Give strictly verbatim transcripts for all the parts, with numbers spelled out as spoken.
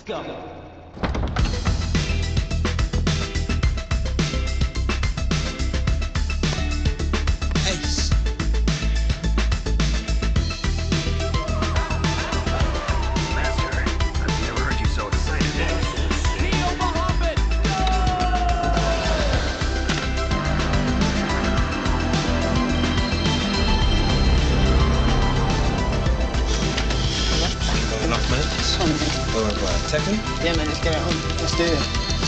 go. Ace. Master, I've never heard you so excited. Neo Muhammad, Got enough minutes? Or uh, Tekken? Yeah, man, let's get it home. Let's do it.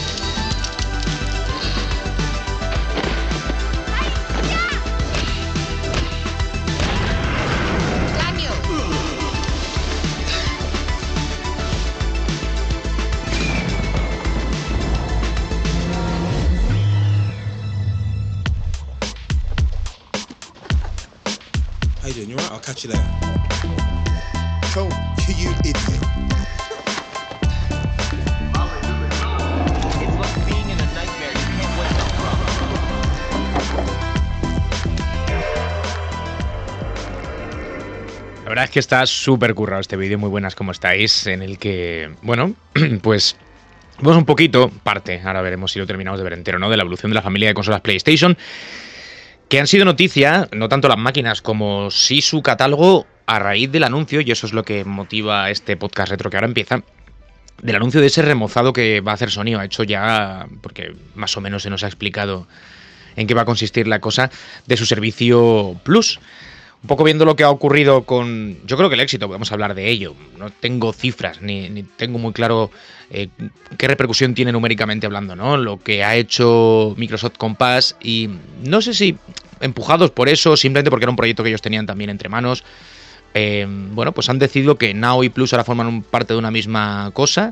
Daniel! How you doing? You alright? I'll catch you later. Cool. You idiot. it's like being in a nightmare you can't wake up from. La verdad es que está súper currado este vídeo, muy buenas como estáis, en el que, bueno, pues vemos un poquito, parte, ahora veremos si lo terminamos de ver entero, ¿no?, de la evolución de la familia de consolas PlayStation, que han sido noticia, no tanto las máquinas como sí su catálogo, a raíz del anuncio, y eso es lo que motiva este podcast retro que ahora empieza, del anuncio de ese remozado que va a hacer Sony, o ha hecho ya, porque más o menos se nos ha explicado en qué va a consistir la cosa, de su servicio Plus. Un poco viendo lo que ha ocurrido con... Yo creo que el éxito, podemos hablar de ello. No tengo cifras, ni, ni tengo muy claro eh, qué repercusión tiene numéricamente hablando, ¿no? Lo que ha hecho Microsoft con Pass, y no sé si empujados por eso, simplemente porque era un proyecto que ellos tenían también entre manos. Eh, bueno, pues han decidido que Now y Plus ahora forman un, parte de una misma cosa,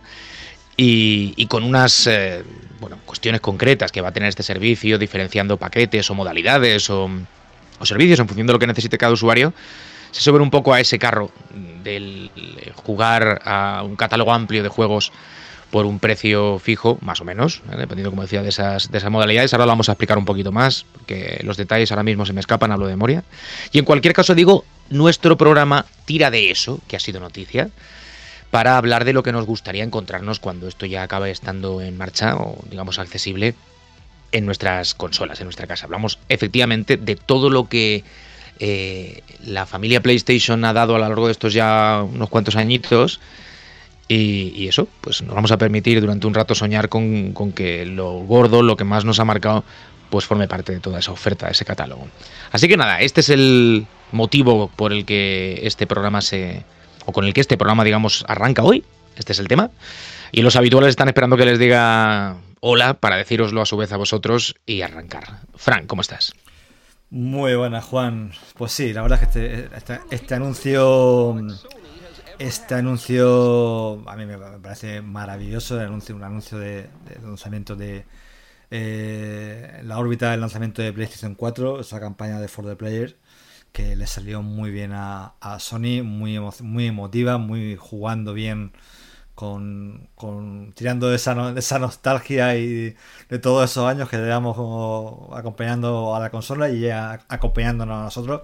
y, y con unas eh, bueno, cuestiones concretas que va a tener este servicio, diferenciando paquetes o modalidades o... o servicios en función de lo que necesite cada usuario, se suben un poco a ese carro del jugar a un catálogo amplio de juegos por un precio fijo, más o menos, ¿eh?, dependiendo, como decía, de esas, de esas modalidades. Ahora lo vamos a explicar un poquito más, porque los detalles ahora mismo se me escapan, hablo de memoria. Y en cualquier caso, digo, nuestro programa tira de eso, que ha sido noticia, para hablar de lo que nos gustaría encontrarnos cuando esto ya acabe estando en marcha, o digamos accesible, en nuestras consolas, en nuestra casa. Hablamos efectivamente de todo lo que eh, la familia PlayStation ha dado a lo largo de estos ya unos cuantos añitos, y, y eso, pues nos vamos a permitir durante un rato soñar con, con que lo gordo, lo que más nos ha marcado, pues forme parte de toda esa oferta, de ese catálogo. Así que nada, este es el motivo por el que este programa se... o con el que este programa, digamos, arranca hoy. Este es el tema. Y los habituales están esperando que les diga hola para decíroslo a su vez a vosotros y arrancar. Fran, ¿cómo estás? Muy buena, Juan. Pues sí, la verdad es que este, este, este anuncio este anuncio a mí me parece maravilloso. El anuncio, un anuncio de, de lanzamiento de eh, la órbita del lanzamiento de PlayStation cuatro, esa campaña de For the Player que le salió muy bien a, a Sony, muy, emo, muy emotiva, muy jugando bien. Con, con tirando de esa, no, de esa nostalgia y de todos esos años que llevamos como acompañando a la consola y ya acompañándonos a nosotros,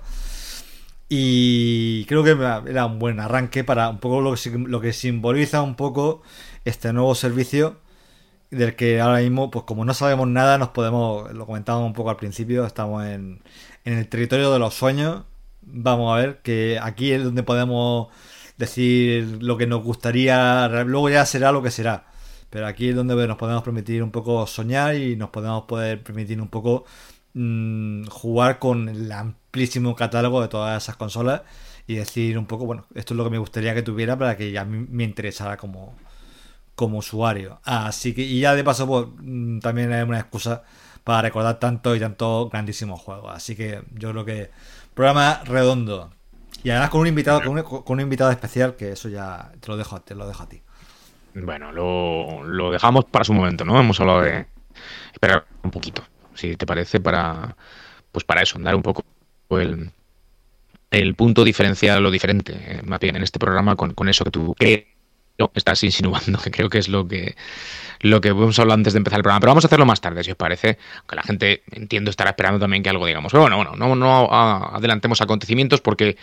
y creo que era un buen arranque para un poco lo que, lo que simboliza un poco este nuevo servicio del que ahora mismo, pues como no sabemos nada, nos podemos, lo comentábamos un poco al principio, estamos en, en el territorio de los sueños. Vamos a ver que aquí es donde podemos decir lo que nos gustaría, luego ya será lo que será, pero aquí es donde nos podemos permitir un poco soñar y nos podemos poder permitir un poco mmm, jugar con el amplísimo catálogo de todas esas consolas y decir un poco, bueno, esto es lo que me gustaría que tuviera para que a mí me interesara como, como usuario. Así que, y ya de paso, pues también es una excusa para recordar tanto y tantos grandísimos juegos. Así que yo creo que programa redondo. Y además con un invitado, con un, con un invitado especial, que eso ya te lo dejo, te lo dejo a ti. Bueno, lo, lo dejamos para su momento, ¿no? Hemos hablado de esperar un poquito, si te parece, para pues para eso, dar un poco el, el punto diferencial, lo diferente, eh, más bien en este programa, con, con eso que tú creo, estás insinuando, que creo que es lo que lo que hemos hablado antes de empezar el programa. Pero vamos a hacerlo más tarde, si os parece, aunque la gente, entiendo, estará esperando también que algo digamos. Pero bueno, bueno, no, no adelantemos acontecimientos, porque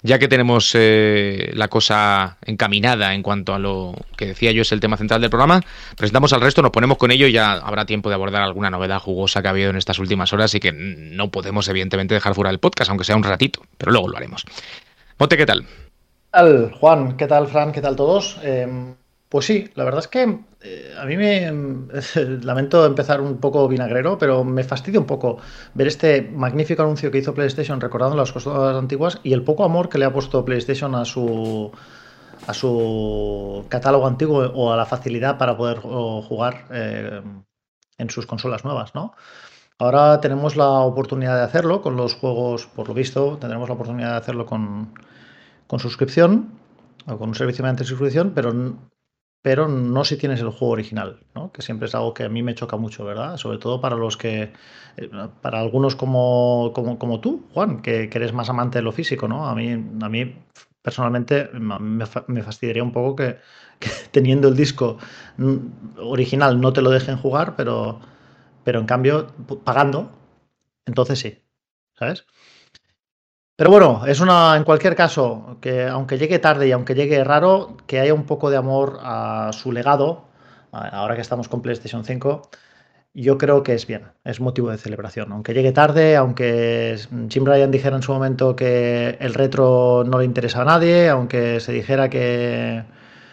ya que tenemos eh, la cosa encaminada en cuanto a lo que decía yo es el tema central del programa, presentamos al resto, nos ponemos con ello y ya habrá tiempo de abordar alguna novedad jugosa que ha habido en estas últimas horas y que no podemos evidentemente dejar fuera del podcast, aunque sea un ratito, pero luego lo haremos. Mote, ¿qué tal? ¿Qué tal, Juan? ¿Qué tal, Fran? ¿Qué tal todos? Eh, pues sí, la verdad es que eh, a mí me eh, lamento empezar un poco vinagrero, pero me fastidia un poco ver este magnífico anuncio que hizo PlayStation recordando las consolas antiguas y el poco amor que le ha puesto PlayStation a su a su catálogo antiguo o a la facilidad para poder jugar eh, en sus consolas nuevas, ¿no? Ahora tenemos la oportunidad de hacerlo con los juegos, por lo visto, tendremos la oportunidad de hacerlo con, con suscripción o con un servicio mediante suscripción, pero, pero no si tienes el juego original, ¿no? Que siempre es algo que a mí me choca mucho, ¿verdad? Sobre todo para los que, para algunos como, como, como tú, Juan, que, que eres más amante de lo físico, ¿no? A mí, a mí personalmente me, me fastidiaría un poco que, que teniendo el disco original no te lo dejen jugar, pero... pero en cambio, pagando, entonces sí, ¿sabes? Pero bueno, es una, en cualquier caso, que aunque llegue tarde y aunque llegue raro, que haya un poco de amor a su legado, ahora que estamos con PlayStation cinco, yo creo que es bien, es motivo de celebración. Aunque llegue tarde, aunque Jim Ryan dijera en su momento que el retro no le interesa a nadie, aunque se dijera que,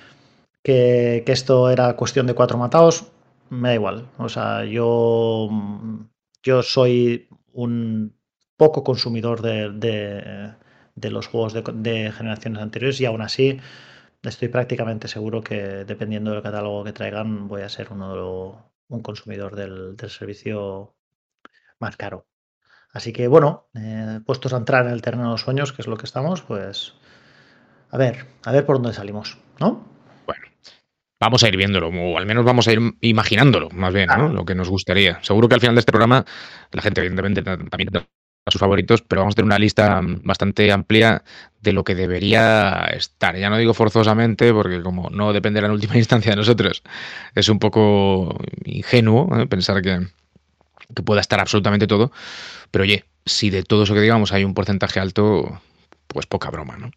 que, que esto era cuestión de cuatro mataos, me da igual. O sea, yo, yo soy un poco consumidor de, de, de los juegos de, de generaciones anteriores y aún así estoy prácticamente seguro que dependiendo del catálogo que traigan voy a ser uno de lo, un consumidor del, del servicio más caro. Así que bueno, eh, puestos a entrar en el terreno de los sueños, que es lo que estamos, pues a ver, a ver por dónde salimos, ¿no? Bueno. Vamos a ir viéndolo, o al menos vamos a ir imaginándolo, más bien, ¿no? Lo que nos gustaría. Seguro que al final de este programa, la gente evidentemente también tendrá sus favoritos, pero vamos a tener una lista bastante amplia de lo que debería estar. Ya no digo forzosamente, porque como no dependerá en última instancia de nosotros, es un poco ingenuo, ¿eh? Pensar que, que pueda estar absolutamente todo. Pero oye, si de todo eso que digamos hay un porcentaje alto, pues poca broma, ¿no?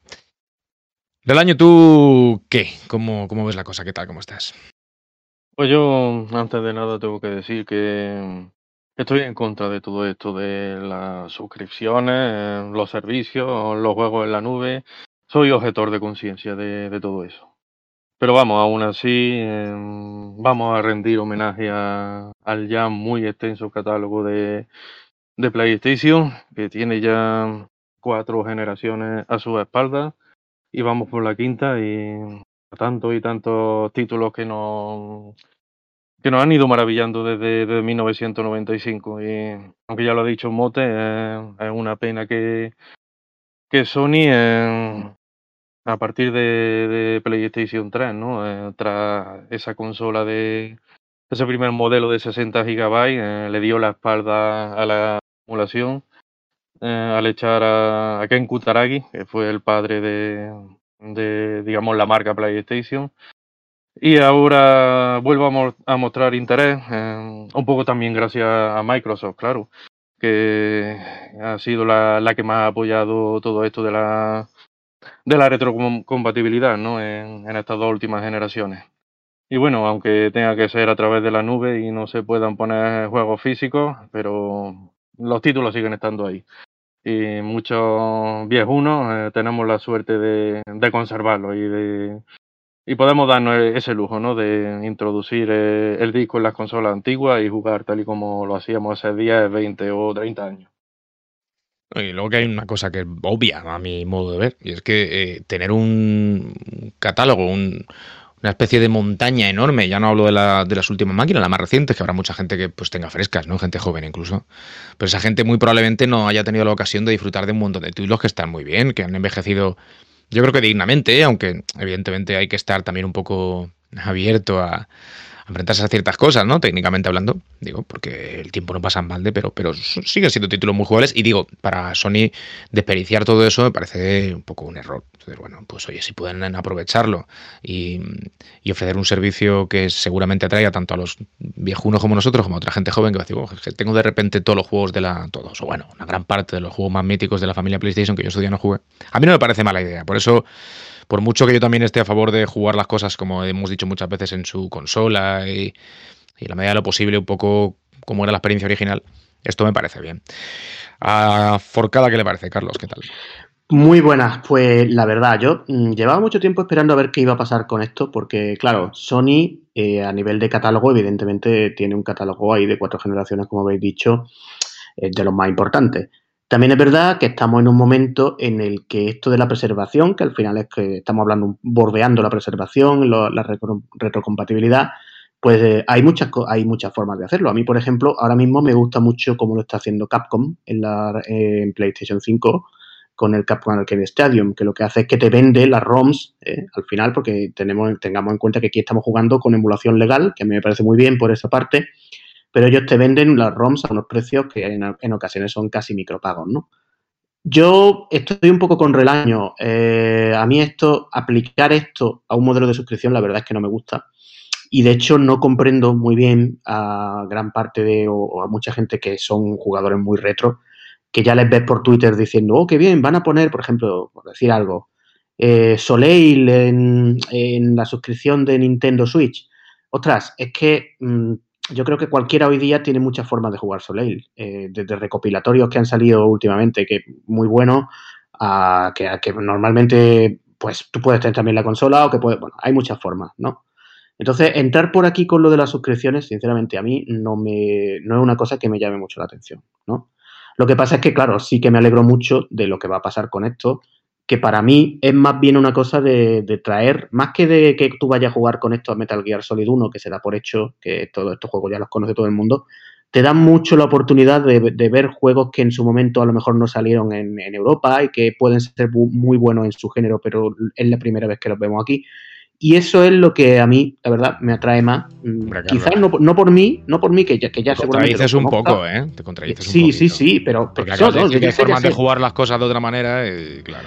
Del año, ¿tú qué? ¿Cómo, ¿Cómo ves la cosa? ¿Qué tal? ¿Cómo estás? Pues yo, antes de nada, tengo que decir que estoy en contra de todo esto, de las suscripciones, los servicios, los juegos en la nube. Soy objetor de conciencia de, de todo eso. Pero vamos, aún así, eh, vamos a rendir homenaje a, al ya muy extenso catálogo de, de PlayStation, que tiene ya cuatro generaciones a su espalda. Y vamos por la quinta y tantos y tantos títulos que nos, que nos han ido maravillando desde, desde mil novecientos noventa y cinco. Y aunque ya lo ha dicho Mote, eh, es una pena que, que Sony, eh, a partir de, de PlayStation tres, ¿no? Eh, tras esa consola de ese primer modelo de sesenta gigabytes, eh, le dio la espalda a la emulación. Eh, al echar a, a Ken Kutaragi, que fue el padre de, de, digamos, la marca PlayStation. Y ahora vuelvo a, mo a mostrar interés, eh, un poco también gracias a Microsoft, claro, que ha sido la, la que más ha apoyado todo esto de la, de la retrocompatibilidad, ¿no? en, en estas dos últimas generaciones. Y bueno, aunque tenga que ser a través de la nube y no se puedan poner juegos físicos, pero los títulos siguen estando ahí. Y muchos viejunos eh, tenemos la suerte de, de conservarlo y de y podemos darnos ese lujo, ¿no? De introducir eh, el disco en las consolas antiguas y jugar tal y como lo hacíamos hace diez, veinte o treinta años. Y luego que hay una cosa que es obvia a mi modo de ver, y es que eh, tener un catálogo, un, una especie de montaña enorme, ya no hablo de, la, de las últimas máquinas, las más recientes, que habrá mucha gente que pues tenga frescas, ¿no? Gente joven incluso. Pero esa gente muy probablemente no haya tenido la ocasión de disfrutar de un montón de títulos que están muy bien, que han envejecido, yo creo que dignamente, ¿eh? Aunque evidentemente hay que estar también un poco abierto a, a enfrentarse a ciertas cosas, ¿no? Técnicamente hablando, digo, porque el tiempo no pasa en balde, pero, pero siguen siendo títulos muy jugables. Y digo, para Sony desperdiciar todo eso me parece un poco un error. Entonces, bueno, pues oye, si pueden aprovecharlo y, y ofrecer un servicio que seguramente atraiga tanto a los viejunos como nosotros, como a otra gente joven que va a decir, oh, que tengo de repente todos los juegos de la... todos, o bueno, una gran parte de los juegos más míticos de la familia PlayStation que yo ese día no jugué. A mí no me parece mala idea, por eso... Por mucho que yo también esté a favor de jugar las cosas, como hemos dicho muchas veces, en su consola y, y en la medida de lo posible, un poco como era la experiencia original, esto me parece bien. A Forcada, ¿qué le parece, Carlos? ¿Qué tal? Muy buenas. Pues la verdad, yo mmm, llevaba mucho tiempo esperando a ver qué iba a pasar con esto, porque claro, Sony eh, a nivel de catálogo, evidentemente tiene un catálogo ahí de cuatro generaciones, como habéis dicho, eh, de los más importantes. También es verdad que estamos en un momento en el que esto de la preservación, que al final es que estamos hablando, bordeando la preservación, lo, la retro, retrocompatibilidad, pues eh, hay muchas hay muchas formas de hacerlo. A mí, por ejemplo, ahora mismo me gusta mucho cómo lo está haciendo Capcom en, la, eh, en PlayStation cinco con el Capcom Arcade Stadium, que lo que hace es que te vende las ROMs eh, al final, porque tenemos tengamos en cuenta que aquí estamos jugando con emulación legal, que a mí me parece muy bien por esa parte, pero ellos te venden las ROMs a unos precios que en, en ocasiones son casi micropagos, ¿no? Yo estoy un poco con relaño. Eh, a mí esto, aplicar esto a un modelo de suscripción, la verdad es que no me gusta. Y de hecho no comprendo muy bien a gran parte de, o, o a mucha gente que son jugadores muy retro, que ya les ves por Twitter diciendo, oh, qué bien, van a poner, por ejemplo, por decir algo, eh, Soleil en, en la suscripción de Nintendo Switch. Ostras, es que... Mmm, yo creo que cualquiera hoy día tiene muchas formas de jugar Soleil, eh, desde recopilatorios que han salido últimamente, que muy buenos, a que, a que normalmente pues tú puedes tener también la consola o que puedes, bueno, hay muchas formas, ¿no? Entonces, entrar por aquí con lo de las suscripciones, sinceramente, a mí no me no es una cosa que me llame mucho la atención, ¿no? Lo que pasa es que, claro, sí que me alegro mucho de lo que va a pasar con esto, que para mí es más bien una cosa de, de traer, más que de que tú vayas a jugar con esto a Metal Gear Solid uno, que se da por hecho, que todos estos juegos ya los conoce todo el mundo, te dan mucho la oportunidad de, de ver juegos que en su momento a lo mejor no salieron en, en Europa y que pueden ser muy buenos en su género, pero es la primera vez que los vemos aquí. Y eso es lo que a mí, la verdad, me atrae más. Hombre, quizás no, no por mí, no por mí, que ya, que ya te seguramente... Te contradices un poco, ¿eh? Te contradices sí, un poquito. Sí, sí, sí, pero... Porque pero acabas de decir que hay formas sé, de jugar las cosas de otra manera y claro...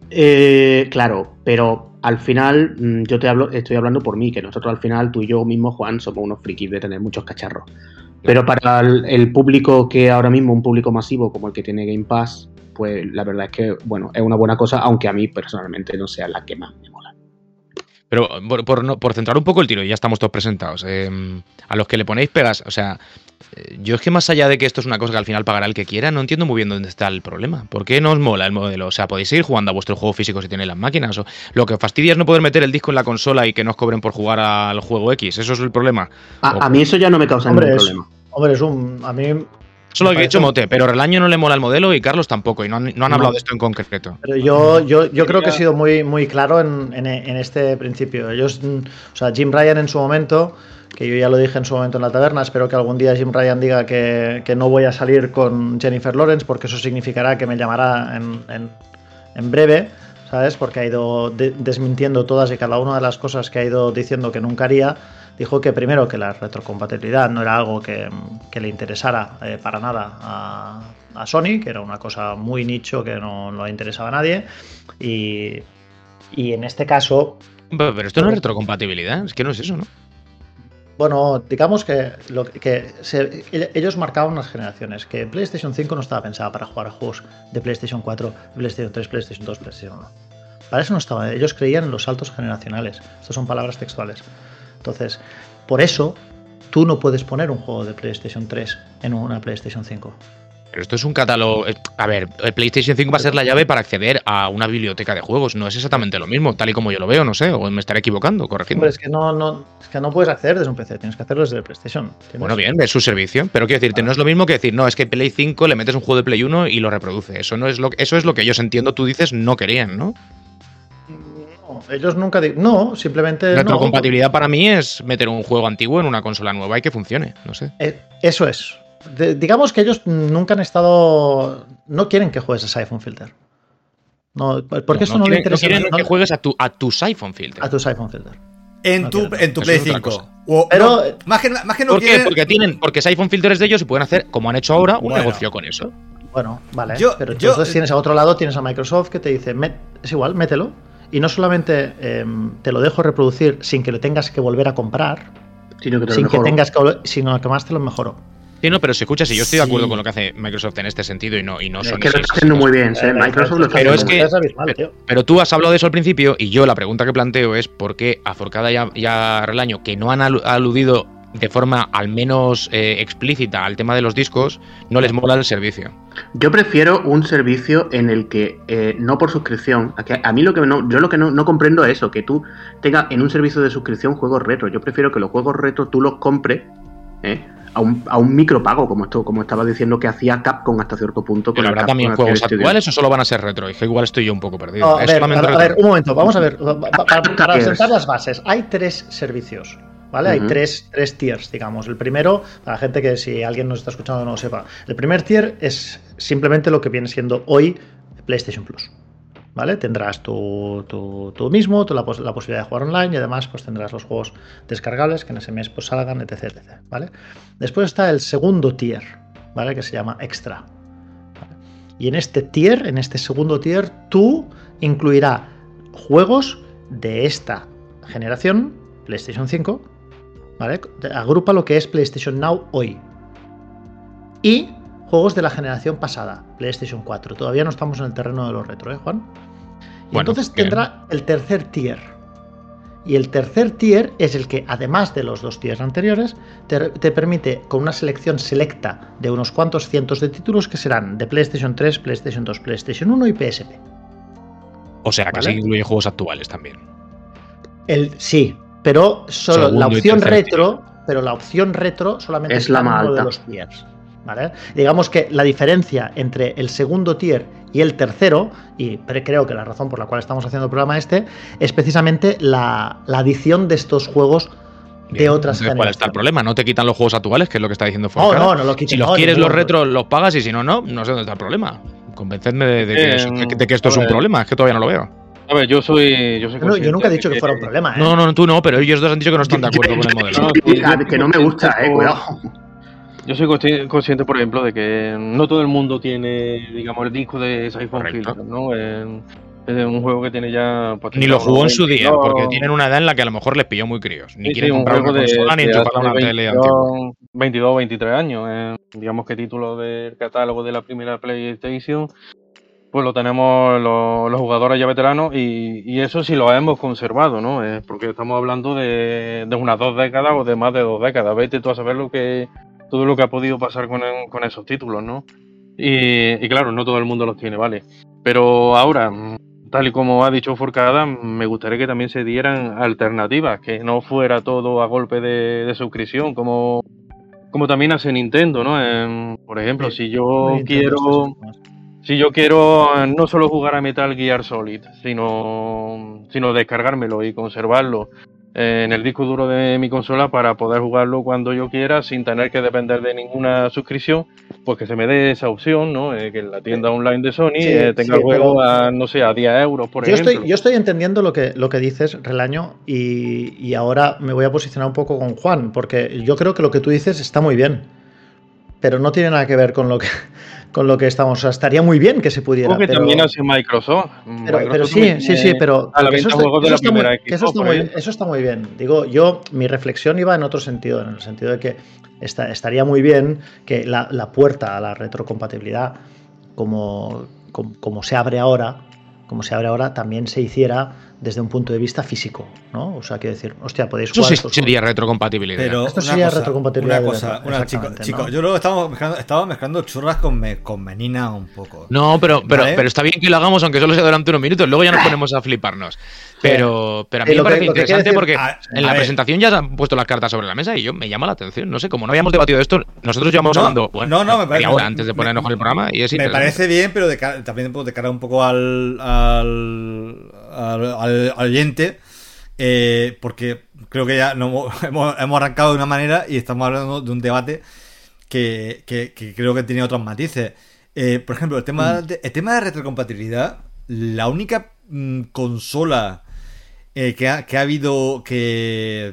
Eh, claro, pero al final mmm, yo te hablo, estoy hablando por mí, que nosotros al final, tú y yo mismo, Juan, somos unos frikis de tener muchos cacharros. Pero para el, el público que ahora mismo, un público masivo como el que tiene Game Pass, pues la verdad es que, bueno, es una buena cosa, aunque a mí personalmente no sea la que más me mola. Pero por, por, no, por centrar un poco el tiro, y ya estamos todos presentados, eh, a los que le ponéis pegas, o sea, eh, yo es que más allá de que esto es una cosa que al final pagará el que quiera, no entiendo muy bien dónde está el problema. ¿Por qué no os mola el modelo? O sea, podéis seguir jugando a vuestro juego físico si tenéis las máquinas. O lo que os fastidia es no poder meter el disco en la consola y que no os cobren por jugar al juego X. ¿Eso es el problema? A, o, a mí eso ya no me causa hombre, ningún es, problema. Hombre, es un... A mí... Eso es lo que he dicho Mote, pero Relaño no le mola el modelo y Carlos tampoco, y no han, no han No. hablado de esto en concreto. Pero yo, yo, yo creo que he sido muy, muy claro en, en, en este principio. Ellos, o sea, Jim Ryan en su momento, que yo ya lo dije en su momento en la taberna, espero que algún día Jim Ryan diga que, que no voy a salir con Jennifer Lawrence, porque eso significará que me llamará en, en, en breve, ¿sabes? Porque ha ido de, desmintiendo todas y cada una de las cosas que ha ido diciendo que nunca haría. Dijo que primero que la retrocompatibilidad no era algo que, que le interesara eh, para nada a, a Sony, que era una cosa muy nicho que no, no le interesaba a nadie. Y, y en este caso... Pero, pero esto no es retrocompatibilidad, es que no es eso, ¿no? Bueno, digamos que, lo que, que se, ellos marcaban unas generaciones, que PlayStation cinco no estaba pensada para jugar a juegos de PlayStation cuatro, PlayStation tres, PlayStation dos, PlayStation uno. Para eso no estaba. Ellos creían en los saltos generacionales. Estas son palabras textuales. Entonces, por eso, tú no puedes poner un juego de PlayStation tres en una PlayStation cinco. Pero esto es un catálogo... A ver, el PlayStation cinco va a ser la llave para acceder a una biblioteca de juegos. No es exactamente lo mismo, tal y como yo lo veo, no sé, o me estaré equivocando, corregidme. Hombre, es que no, no, es que no puedes acceder desde un P C, tienes que hacerlo desde el PlayStation. ¿Tienes? Bueno, bien, es su servicio, pero quiero decirte, no es lo mismo que decir, no, es que Play cinco le metes un juego de Play uno y lo reproduce. Eso no es lo, eso es lo que ellos, entiendo, tú dices, no querían, ¿no? No, ellos nunca... Di- no, simplemente... Retrocompatibilidad no. para mí es meter un juego antiguo en una consola nueva y que funcione, no sé. Eh, eso es. De, digamos que ellos nunca han estado... No quieren que juegues a Siphon Filter. No, porque no, eso no no, quieren, le interesa. No quieren no, que juegues a tu, a tu Siphon Filter. A tu Siphon Filter. En No tu, quieren. en tu Eso Play es otra cinco. cosa. O, Pero- no, más, que, más que no ¿Por qué? quieren- Porque tienen, porque ese iPhone Filter es de ellos y pueden hacer, como han hecho ahora, un Bueno. negocio con eso. Bueno, vale. Yo- pero yo- entonces tienes a otro lado, tienes a Microsoft que te dice, "Met- es igual, mételo. Y no solamente eh, te lo dejo reproducir sin que lo tengas que volver a comprar, Sino que te lo sin que mejoro. tengas que volver, sino que más te lo mejoro. Sí, no, pero si escuchas, y yo estoy de acuerdo Sí. con lo que hace Microsoft en este sentido y no, y no Es son que lo esos- está haciendo muy bien, ¿eh? Microsoft lo está Pero haciendo es muy que- bien. Es abismal, tío. Pero tú has hablado de eso al principio y yo la pregunta que planteo es por qué a Forcada y a, y a Relaño, que no han alu- aludido de forma al menos eh, explícita al tema de los discos, no les mola el servicio. Yo prefiero un servicio en el que eh, no por suscripción. A, que- a mí lo que no, yo lo que no, no comprendo es eso, que tú tengas en un servicio de suscripción juegos retro. Yo prefiero que los juegos retro tú los compres ¿eh? a, un, a un micropago, como esto, como estaba diciendo que hacía Capcom hasta cierto punto. con Pero el habrá Capcom también Arcade juegos Studio. actuales o solo van a ser retro. Y que igual estoy yo un poco perdido. No, a, ¿Es ver, solamente a- a retro? ver, un momento, vamos a ver. pa- pa- Para, para Tiers. sentar las bases, hay tres servicios. ¿Vale? Hay Ujú. tres, tres tiers, digamos. El primero, para la gente que si alguien nos está escuchando no lo sepa, el primer tier es simplemente lo que viene siendo hoy PlayStation Plus. ¿Vale? Tendrás tú, tú, tú mismo tú la, pos- la posibilidad de jugar online y además pues tendrás los juegos descargables que en ese mes pues salgan, etc, etcétera. ¿Vale? Después está el segundo tier, ¿vale? Que se llama Extra. ¿Vale? Y en este tier, en este segundo tier, tú incluirá juegos de esta generación, PlayStation cinco, ¿vale? Agrupa lo que es PlayStation Now hoy. Y juegos de la generación pasada, PlayStation cuatro. Todavía no estamos en el terreno de los retro, ¿eh, Juan? Y Bueno, entonces bien. tendrá el tercer tier. Y el tercer tier es el que, además de los dos tiers anteriores, te, te permite con una selección selecta de unos cuantos cientos de títulos que serán de PlayStation tres, PlayStation dos, PlayStation uno y P S P. O sea, casi ¿Vale? incluye juegos actuales también. El, sí, pero solo Segundo la y opción tercer retro, pero la opción retro solamente Es está la en más uno de alta. los tiers. ¿Vale? Digamos que la diferencia entre el segundo tier y el tercero, y pre- creo que la razón por la cual estamos haciendo el programa este, es precisamente la, la adición de estos juegos de Bien, otras entonces, ¿cuál está el generaciones. problema? ¿No te quitan los juegos actuales, que es lo que está diciendo No, Forcada? no, no lo quitan. Si los no, quieres ninguno. los retros, los pagas y si no, no, no sé dónde está el problema. Convencedme de, de que, Eh, eso- de- de que esto es a un ver. problema, es que todavía no lo veo. A ver, yo soy. Yo, soy No, yo nunca he consciente dicho de que fuera un problema, ¿eh? No, no, tú no, pero ellos dos han dicho que no están de acuerdo con el modelo. No, Que- sí, yo- que no me gusta, eh, cuidado. Yo soy consci- consciente, por ejemplo, de que no todo el mundo tiene, digamos, el disco de Siphon Correcto. Filter, ¿no? Es, es un juego que tiene ya. pues, Ni lo jugó en su día, veintidós, porque tienen una edad en la que a lo mejor les pilló muy críos. Ni sí, quieren sí, un comprar una juego de- consola ni de enchufarla a una hace tele antigua. veintidós, veintidós, veintitrés años. eh. Digamos que título del catálogo de la primera PlayStation, pues lo tenemos los, los jugadores ya veteranos y, y eso sí lo hemos conservado, ¿no? Eh, porque estamos hablando de, de unas dos décadas o de más de dos décadas. Vete tú a saber lo que todo lo que ha podido pasar con, el- con esos títulos, ¿no? Y, y claro, no todo el mundo los tiene, ¿vale? Pero ahora, tal y como ha dicho Forcada, me gustaría que también se dieran alternativas, que no fuera todo a golpe de, de suscripción, como, como también hace Nintendo, ¿no? Em, por ejemplo, si yo Nintendo quiero... está- Si yo quiero eh, no solo jugar a Metal Gear Solid, sino, sino descargármelo y conservarlo eh, en el disco duro de mi consola para poder jugarlo cuando yo quiera sin tener que depender de ninguna suscripción, pues que se me dé esa opción, ¿no? Eh, que en la tienda online de Sony Sí, eh, tenga sí, el juego pero- a, no sé, a diez euros, por Yo ejemplo. estoy, yo estoy entendiendo lo que, lo que dices, Relaño, y, y ahora me voy a posicionar un poco con Juan, porque yo creo que lo que tú dices está muy bien, pero no tiene nada que ver con lo que, con lo que estamos. O sea, estaría muy bien que se pudiera. Supongo que pero, también hace Microsoft. pero, Microsoft pero sí, también sí, tiene sí, pero a la que eso, venta está, juegos de eso la está muy, primera que eso Xbox, está por muy- ejemplo. eso está muy bien. Digo, yo, mi reflexión iba en otro sentido, en el sentido de que está, estaría muy bien que la, la puerta a la retrocompatibilidad, como, como, como se abre ahora, como se abre ahora, también se hiciera desde un punto de vista físico, ¿no? O sea, quiero decir, hostia, podéis Eso jugar sí estos sería retrocompatibilidad. Pero Esto una sería cosa, retrocompatibilidad Una de cosa, retro, una chico, exactamente, chico, ¿no? yo creo que estamos mezclando, estamos mezclando churras con, me, con menina un poco. No, pero, pero, ¿Vale? pero está bien que lo hagamos, aunque solo sea durante unos minutos. Luego ya nos ponemos a fliparnos. Pero, pero a mí Eh, me lo que- parece lo que interesante quiere porque decir- a- en a la ver. presentación ya se han puesto las cartas sobre la mesa y yo me llama la atención. No sé, como no habíamos debatido esto, nosotros llevamos No, hablando bueno, no, no, me parece- media hora me- antes de me- ponernos con el programa y es Me interesante. parece bien, pero de cara- también pues, de cara un poco al, al, al, al- al oyente, eh, porque creo que ya no, hemos, hemos arrancado de una manera y estamos hablando de un debate que, que, que creo que tiene otros matices. Eh, por ejemplo, el tema, de, el tema de retrocompatibilidad, la única mm, consola eh, que, ha, que ha habido que,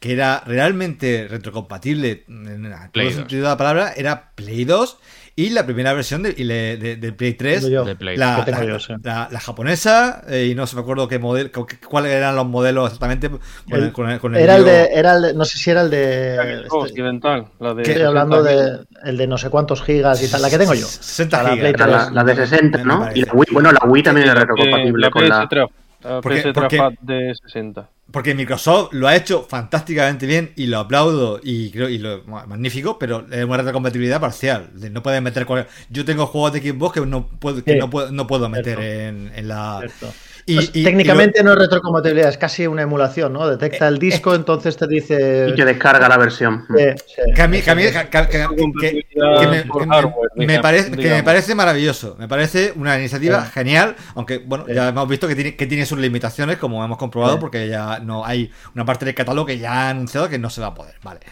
que era realmente retrocompatible en todo Play el dos. sentido de la palabra era Play dos y la primera versión de, y le- de, de Play tres, Yo, de Play. la, que tengo la- yo, sí. la- la japonesa, eh, y no se me acuerdo qué modelo, qué- cuáles eran los modelos exactamente. Con el, El- con el- con el Era el, lío- de, era el de, no sé si era el de, Oh, este- occidental, la de estoy hablando de el de no sé cuántos gigas y tal, la que tengo yo. sesenta Para gigas. Play Era la, la de sesenta, Me ¿no? parece. Y la Wii, bueno, la Wii también era retrocompatible la con la... P S tres, la Porque- P S tres porque- Fat de sesenta. Porque Microsoft lo ha hecho fantásticamente bien y lo aplaudo y creo y lo magnífico, pero es una retrocompatibilidad parcial. De- No puedes meter cual- yo tengo juegos de Xbox que no puedo, que Sí. no puedo, no puedo meter Cierto. en, en la Cierto. y, Pues, y- y técnicamente no es retrocompatibilidad, es casi una emulación, ¿no? Detecta el disco, entonces te dice. Y que descarga la versión. Sí, sí. lo- que a mí, que, a mí- que- que- que- que- que me, Por que me- hardware, me digamos, parece, que me digamos. parece maravilloso, me parece una iniciativa Sí. genial, aunque bueno, Sí. ya hemos visto que tiene, que tiene sus limitaciones, como hemos comprobado, Sí. porque ya no hay una parte del catálogo que ya ha anunciado que no se va a poder, vale.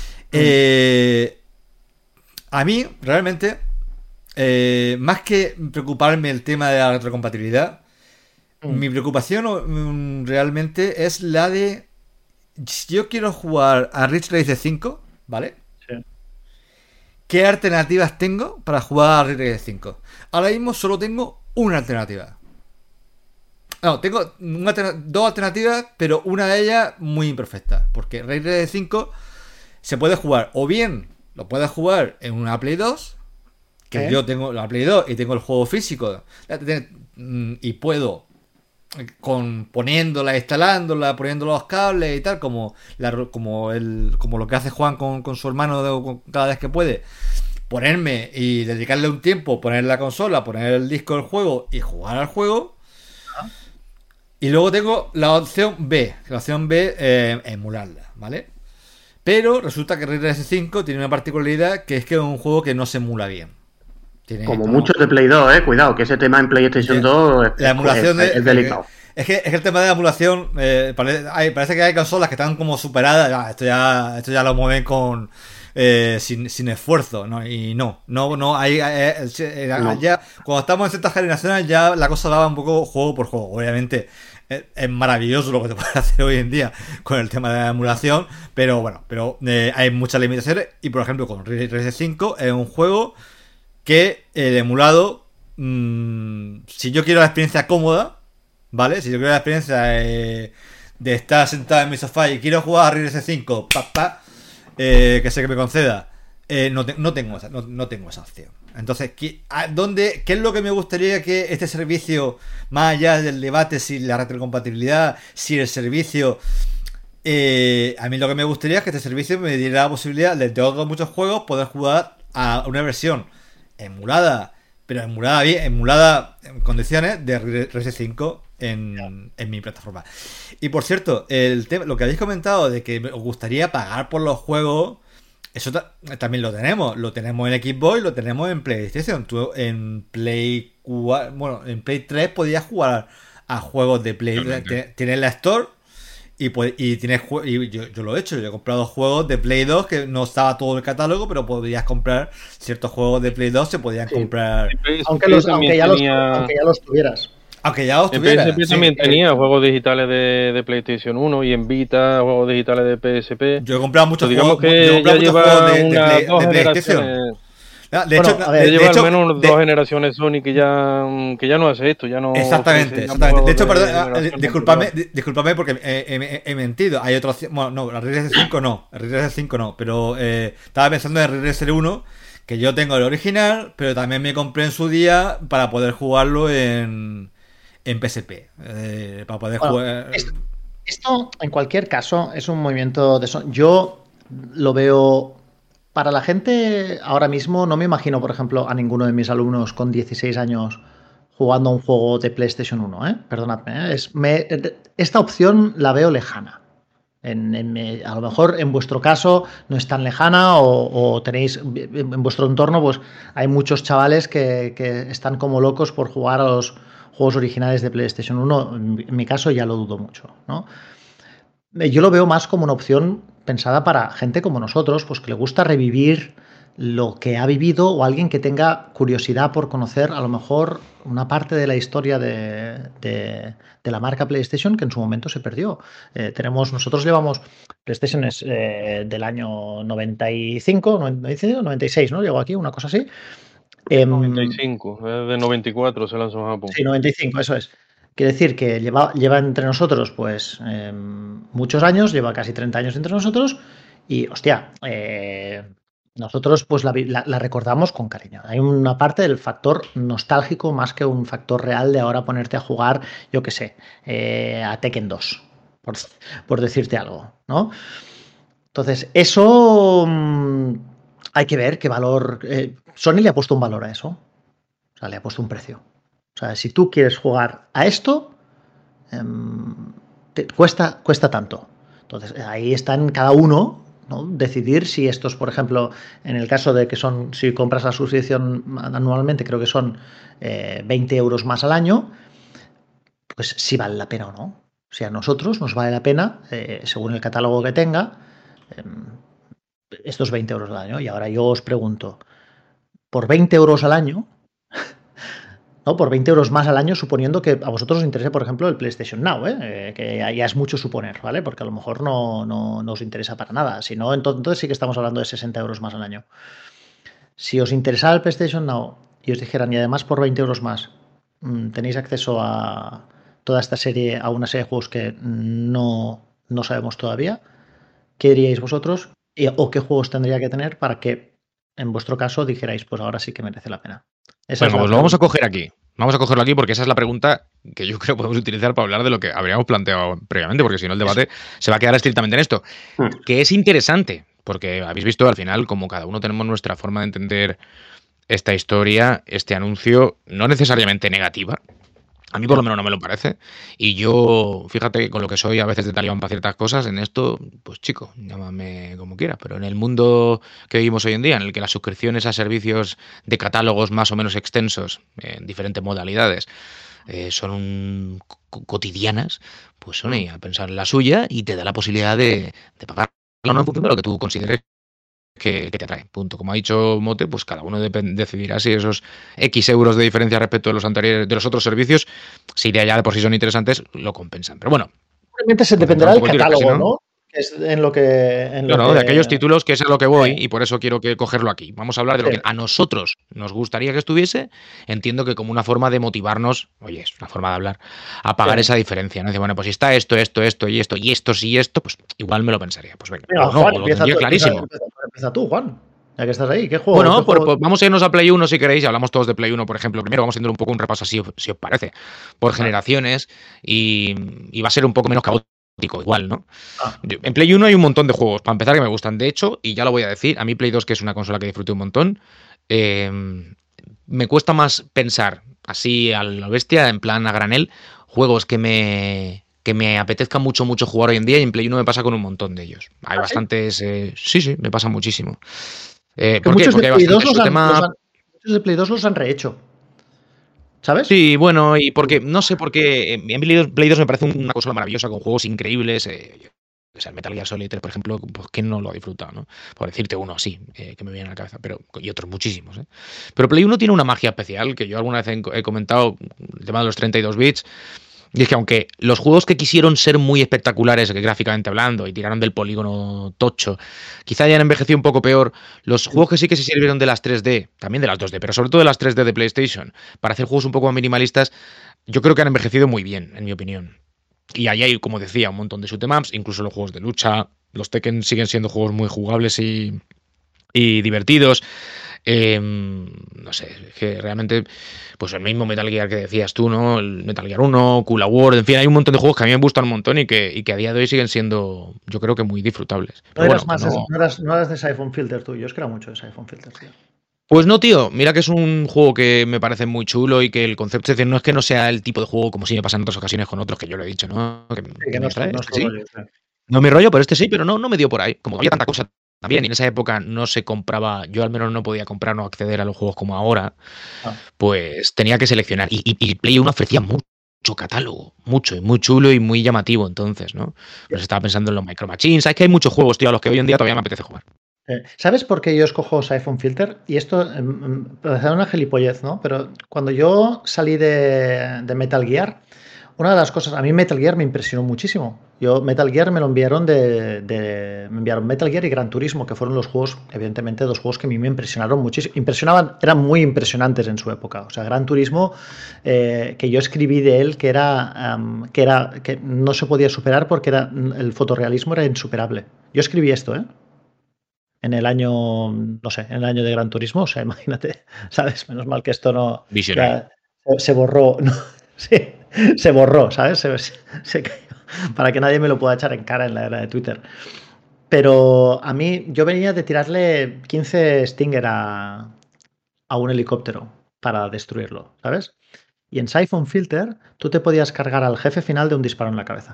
Eh, a mí, realmente, eh, más que preocuparme el tema de la retrocompatibilidad, Mm. mi preocupación mm, realmente es la de si yo quiero jugar a Ridge Racer cinco, ¿vale? Sí. ¿Qué alternativas tengo para jugar a Ridge Racer cinco? Ahora mismo solo tengo una alternativa. No, tengo una alterna- dos alternativas, pero una de ellas muy imperfecta. Porque Ridge Racer cinco se puede jugar, o bien lo puedes jugar en una Play dos, que ¿Eh? yo tengo la Play dos y tengo el juego físico, y puedo con poniéndola, instalándola, poniendo los cables y tal, como la, como el como lo que hace Juan con, con su hermano de- con- cada vez que puede, ponerme y dedicarle un tiempo, poner la consola, poner el disco del juego y jugar al juego. Y luego tengo la opción B, la opción B, eh, emularla, ¿vale? Pero resulta que Ridge Racer cinco tiene una particularidad, que es que es un juego que no se emula bien. Tiene Como muchos de Play dos, eh. Cuidado, que ese tema en PlayStation dos es, la emulación es- de, es delicado. Es que, es que el tema de la emulación, eh, parece, hay- parece que hay consolas que están como superadas. Ya, esto ya esto ya lo mueven con eh, sin, sin esfuerzo, ¿no? Y no, no, no, hay, eh, eh, eh, No. ya cuando estamos en ciertas generaciones ya la cosa daba un poco juego por juego. Obviamente eh, es maravilloso lo que te puede hacer hoy en día con el tema de la emulación, pero bueno, pero eh, hay muchas limitaciones y por ejemplo con Ridge Racer cinco es un juego que el emulado, mmm, si yo quiero la experiencia cómoda, ¿vale? Si yo quiero la experiencia eh, de estar sentado en mi sofá y quiero jugar a Ridge Racer cinco, pa, pa, eh, que sé que me conceda, eh, no, te- no, tengo esa, no, no tengo esa opción. Entonces, ¿qué, a dónde, ¿qué es lo que me gustaría que este servicio, más allá del debate si la retrocompatibilidad, si el servicio... Eh, a mí lo que me gustaría es que este servicio me diera la posibilidad de, entre otros muchos juegos, poder jugar a una versión emulada, pero emulada bien, emulada en condiciones de R S cinco en, en mi plataforma. Y por cierto, el tema, lo que habéis comentado de que os gustaría pagar por los juegos, eso ta- también lo tenemos. Lo tenemos en Xbox y lo tenemos en PlayStation. Tú en Play cuatro, bueno, en Play tres podías jugar a juegos de Play. Totalmente. Tienes la Store. Y, pues, y tienes jue- y yo, yo lo he hecho, yo he comprado juegos de Play dos que no estaba todo el catálogo, pero podías comprar ciertos juegos de Play dos, se podían Sí. comprar, Aunque, los, también aunque, ya los, tenía- aunque ya los tuvieras. aunque ya los En tuviera. P S P sí. también tenía juegos digitales de, de PlayStation uno y en Vita juegos digitales de P S P. Yo he comprado muchos Pues digamos juegos, yo he que comprado ya muchos lleva juegos de, de unas Play- dos de PlayStation. generaciones. Ah, De Bueno, hecho, a ver, de, Ya de lleva hecho, al menos de- dos generaciones Sony que ya, que ya no hace esto, ya no... exactamente, ofrece ya exactamente. De hecho, juegos perdón, ah, generación discúlpame, anterior. di- discúlpame porque he, he- he mentido. Hay otra opción. Bueno, no, la Ridge Racer cinco no. La Ridge Racer cinco no. Pero eh, estaba pensando en Ridge Racer uno, que yo tengo el original, pero también me compré en su día para poder jugarlo en, en P S P. Eh, para poder Bueno, jugar. esto, esto, en cualquier caso, es un movimiento de eso. Yo lo veo. Para la gente ahora mismo, no me imagino, por ejemplo, a ninguno de mis alumnos con dieciséis años jugando a un juego de PlayStation uno, ¿eh? Perdonadme, ¿eh? Es, me, esta opción la veo lejana. En, en, a lo mejor en vuestro caso no es tan lejana o, o tenéis en vuestro entorno, pues hay muchos chavales que, que están como locos por jugar a los juegos originales de PlayStation uno. En, en mi caso ya lo dudo mucho, ¿no? Yo lo veo más como una opción pensada para gente como nosotros, pues que le gusta revivir lo que ha vivido o alguien que tenga curiosidad por conocer a lo mejor una parte de la historia de, de, de la marca PlayStation que en su momento se perdió. Eh, tenemos, nosotros llevamos, PlayStation es eh, del año noventa y cinco, noventa y seis, ¿no? Llegó aquí, una cosa así. Eh, noventa y cinco, de noventa y cuatro se lanzó en Japón. Sí, noventa y cinco, eso es. Quiere decir que lleva, lleva entre nosotros pues eh, muchos años, lleva casi treinta años entre nosotros y, hostia, eh, nosotros pues la, la, la recordamos con cariño. Hay una parte del factor nostálgico más que un factor real de ahora ponerte a jugar, yo qué sé, eh, a Tekken dos, por, por decirte algo, ¿no? Entonces, eso mmm, hay que ver qué valor... Eh, Sony le ha puesto un valor a eso. O sea, le ha puesto un precio. O sea, si tú quieres jugar a esto, eh, te cuesta, cuesta tanto. Entonces, ahí está en cada uno, ¿no? Decidir si estos, por ejemplo, en el caso de que son, si compras la suscripción anualmente, creo que son eh, veinte euros más al año, pues si vale la pena o no. O sea, a nosotros nos vale la pena, eh, según el catálogo que tenga, eh, estos veinte euros al año. Y ahora yo os pregunto, por veinte euros al año, ¿no? Por veinte euros más al año, suponiendo que a vosotros os interese, por ejemplo, el PlayStation Now, ¿eh? Eh, que ya, ya es mucho suponer, ¿vale? Porque a lo mejor no, no, no os interesa para nada. Si no, entonces, entonces sí que estamos hablando de sesenta euros más al año. Si os interesara el PlayStation Now y os dijeran, y además por veinte euros más, mmm, tenéis acceso a toda esta serie, a una serie de juegos que no, no sabemos todavía, ¿qué diríais vosotros? Y, ¿o qué juegos tendría que tener para que, en vuestro caso, dijerais, pues ahora sí que merece la pena? Esa bueno, pues lo vamos a coger aquí. Vamos a cogerlo aquí porque esa es la pregunta que yo creo que podemos utilizar para hablar de lo que habríamos planteado previamente, porque si no el debate se va a quedar estrictamente en esto. Que es interesante, porque habéis visto al final como cada uno tenemos nuestra forma de entender esta historia, este anuncio, no necesariamente negativa. A mí por lo menos no me lo parece. Y yo, fíjate que con lo que soy a veces de talibán para ciertas cosas, en esto, pues chico, llámame como quieras. Pero en el mundo que vivimos hoy en día, en el que las suscripciones a servicios de catálogos más o menos extensos, en diferentes modalidades, eh, son un, cotidianas, pues Sony a pensar en la suya y te da la posibilidad de, de pagarlo en función de lo que tú consideres Que, que te atrae, punto. Como ha dicho Mote, pues cada uno decidirá si esos X euros de diferencia respecto de los anteriores, de los otros servicios, si de allá de por sí son interesantes, lo compensan. Pero bueno. Realmente se dependerá del catálogo, ¿no? ¿no? Es en lo que. En claro, lo que... de aquellos títulos que es a lo que voy, y por eso quiero que cogerlo aquí. Vamos a hablar de lo que a nosotros nos gustaría que estuviese. Entiendo que como una forma de motivarnos, oye, es una forma de hablar, a pagar sí. esa diferencia, ¿no? Dice, bueno, pues si está esto, esto, esto y esto, y esto, sí y esto, pues igual me lo pensaría. Pues venga, venga no, Juan, no, lo tendría tú, clarísimo. Empieza, empieza tú, Juan. Ya que estás ahí, ¿qué juego? Bueno, ¿qué pues, juego? pues vamos a irnos a Play uno si queréis, y hablamos todos de Play uno, por ejemplo. Primero vamos a hacer un poco un repaso así, si os parece, por generaciones, y, y va a ser un poco menos caótico. Igual, ¿no? Ah. En Play uno hay un montón de juegos, para empezar, que me gustan. De hecho, y ya lo voy a decir, a mí Play dos, que es una consola que disfruté un montón, eh, me cuesta más pensar así a la bestia, en plan a granel, juegos que me, que me apetezca mucho, mucho jugar hoy en día, y en Play uno me pasa con un montón de ellos. Hay ¿Ah, bastantes... Eh, sí, sí, me pasa muchísimo. Eh, ¿Por qué? Porque hay bastantes... Han, tema... han, muchos de Play dos los han rehecho. ¿Sabes? Sí, bueno, y porque, no sé por qué, en Play dos me parece una consola maravillosa, con juegos increíbles, eh, o sea, el Metal Gear Solid, por ejemplo, pues ¿quién no lo ha disfrutado, no? Por decirte uno así, eh, que me viene a la cabeza, pero y otros muchísimos, ¿eh? Pero Play uno tiene una magia especial, que yo alguna vez he, he comentado, el tema de los treinta y dos bits, y es que aunque los juegos que quisieron ser muy espectaculares, que gráficamente hablando, y tiraron del polígono tocho, quizá hayan envejecido un poco peor, los juegos que sí que se sirvieron de las tres D, también de las dos D, pero sobre todo de las tres D de PlayStation, para hacer juegos un poco más minimalistas, yo creo que han envejecido muy bien, en mi opinión. Y ahí hay, como decía, un montón de shoot'em-ups, incluso los juegos de lucha, los Tekken siguen siendo juegos muy jugables y, y divertidos. Eh, no sé, que realmente, pues el mismo Metal Gear que decías tú, ¿no? El Metal Gear uno, Cool Award, en fin, hay un montón de juegos que a mí me gustan un montón y que, y que a día de hoy siguen siendo, yo creo que muy disfrutables. No, eras, bueno, más, no... no, eras, no eras de Siphon Filter tú, yo es que era mucho de Siphon Filter, tío. Pues no, tío, mira que es un juego que me parece muy chulo y que el concepto, es decir, no es que no sea el tipo de juego como si me pasa en otras ocasiones con otros, que yo lo he dicho, ¿no? Que, sí, que que no, no, trae, no, este, sí. rollo, sí. No mi rollo, pero este sí, pero no, no me dio por ahí. Como había tanta cosa también, y en esa época no se compraba, yo al menos no podía comprar o acceder a los juegos como ahora, ah. pues tenía que seleccionar. Y, y, y Play uno ofrecía mucho catálogo, mucho, y muy chulo y muy llamativo entonces, ¿no? Pues estaba pensando en los Micro Machines, sabes que hay muchos juegos, tío, a los que hoy en día todavía me apetece jugar. Eh, ¿Sabes por qué yo escojo Siphon Filter? Y esto eh, parece una gilipollez, ¿no? Pero cuando yo salí de, de Metal Gear, una de las cosas, a mí Metal Gear me impresionó muchísimo. Yo Metal Gear me lo enviaron de, de- me enviaron Metal Gear y Gran Turismo, que fueron los juegos, evidentemente, dos juegos que a mí me impresionaron muchísimo. Impresionaban, eran muy impresionantes en su época. O sea, Gran Turismo, eh, que yo escribí de él, que era, am, que era, que no se podía superar porque era, el fotorrealismo era insuperable. Yo escribí esto, ¿eh? En el año, no sé, en el año de Gran Turismo, o sea, imagínate, ¿sabes? Menos mal que esto no Visionario. ya se, se borró, no, sí, se borró, ¿sabes? Se, se- se cayó, para que nadie me lo pueda echar en cara en la era de Twitter. Pero a mí, yo venía de tirarle quince Stinger a, a un helicóptero para destruirlo, ¿sabes? Y en Siphon Filter, tú te podías cargar al jefe final de un disparo en la cabeza.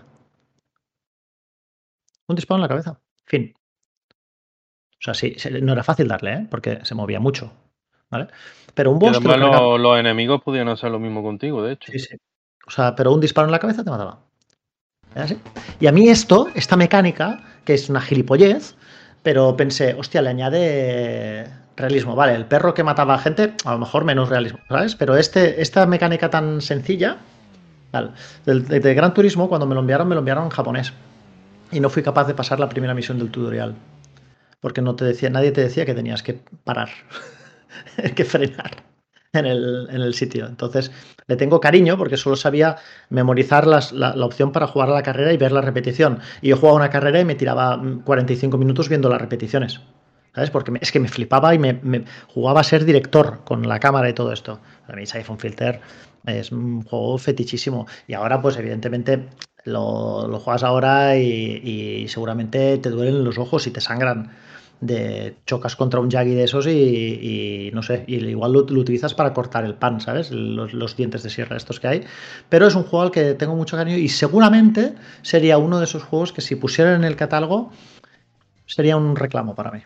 Un disparo en la cabeza. Fin. O sea, sí, sí, no era fácil darle, ¿eh? Porque se movía mucho, ¿vale? Pero un Y boss te lo además cargaba. los, los enemigos podían hacer lo mismo contigo, de hecho. Sí, sí. O sea, pero un disparo en la cabeza te mataba. Era así. Y a mí esto, esta mecánica, que es una gilipollez, pero pensé, hostia, le añade realismo. Vale, el perro que mataba a gente, a lo mejor menos realismo, ¿sabes? Pero este, esta mecánica tan sencilla, tal, del, de, de Gran Turismo, cuando me lo enviaron, me lo enviaron en japonés. Y no fui capaz de pasar la primera misión del tutorial. Porque no te decía, nadie te decía que tenías que parar, que frenar en el, en el sitio. Entonces, le tengo cariño porque solo sabía memorizar las, la, la opción para jugar a la carrera y ver la repetición. Y yo jugaba una carrera y me tiraba cuarenta y cinco minutos viendo las repeticiones. ¿Sabes? Porque me, es que me flipaba y me, me jugaba a ser director con la cámara y todo esto. Para mí, Siphon Filter es un juego fetichísimo. Y ahora, pues, evidentemente, lo, lo juegas ahora y, y seguramente te duelen los ojos y te sangran. De chocas contra un Yagi de esos y, y no sé, y igual lo, lo utilizas para cortar el pan, ¿sabes? Los, los dientes de sierra estos que hay. Pero es un juego al que tengo mucho cariño y seguramente sería uno de esos juegos que si pusieran en el catálogo sería un reclamo para mí.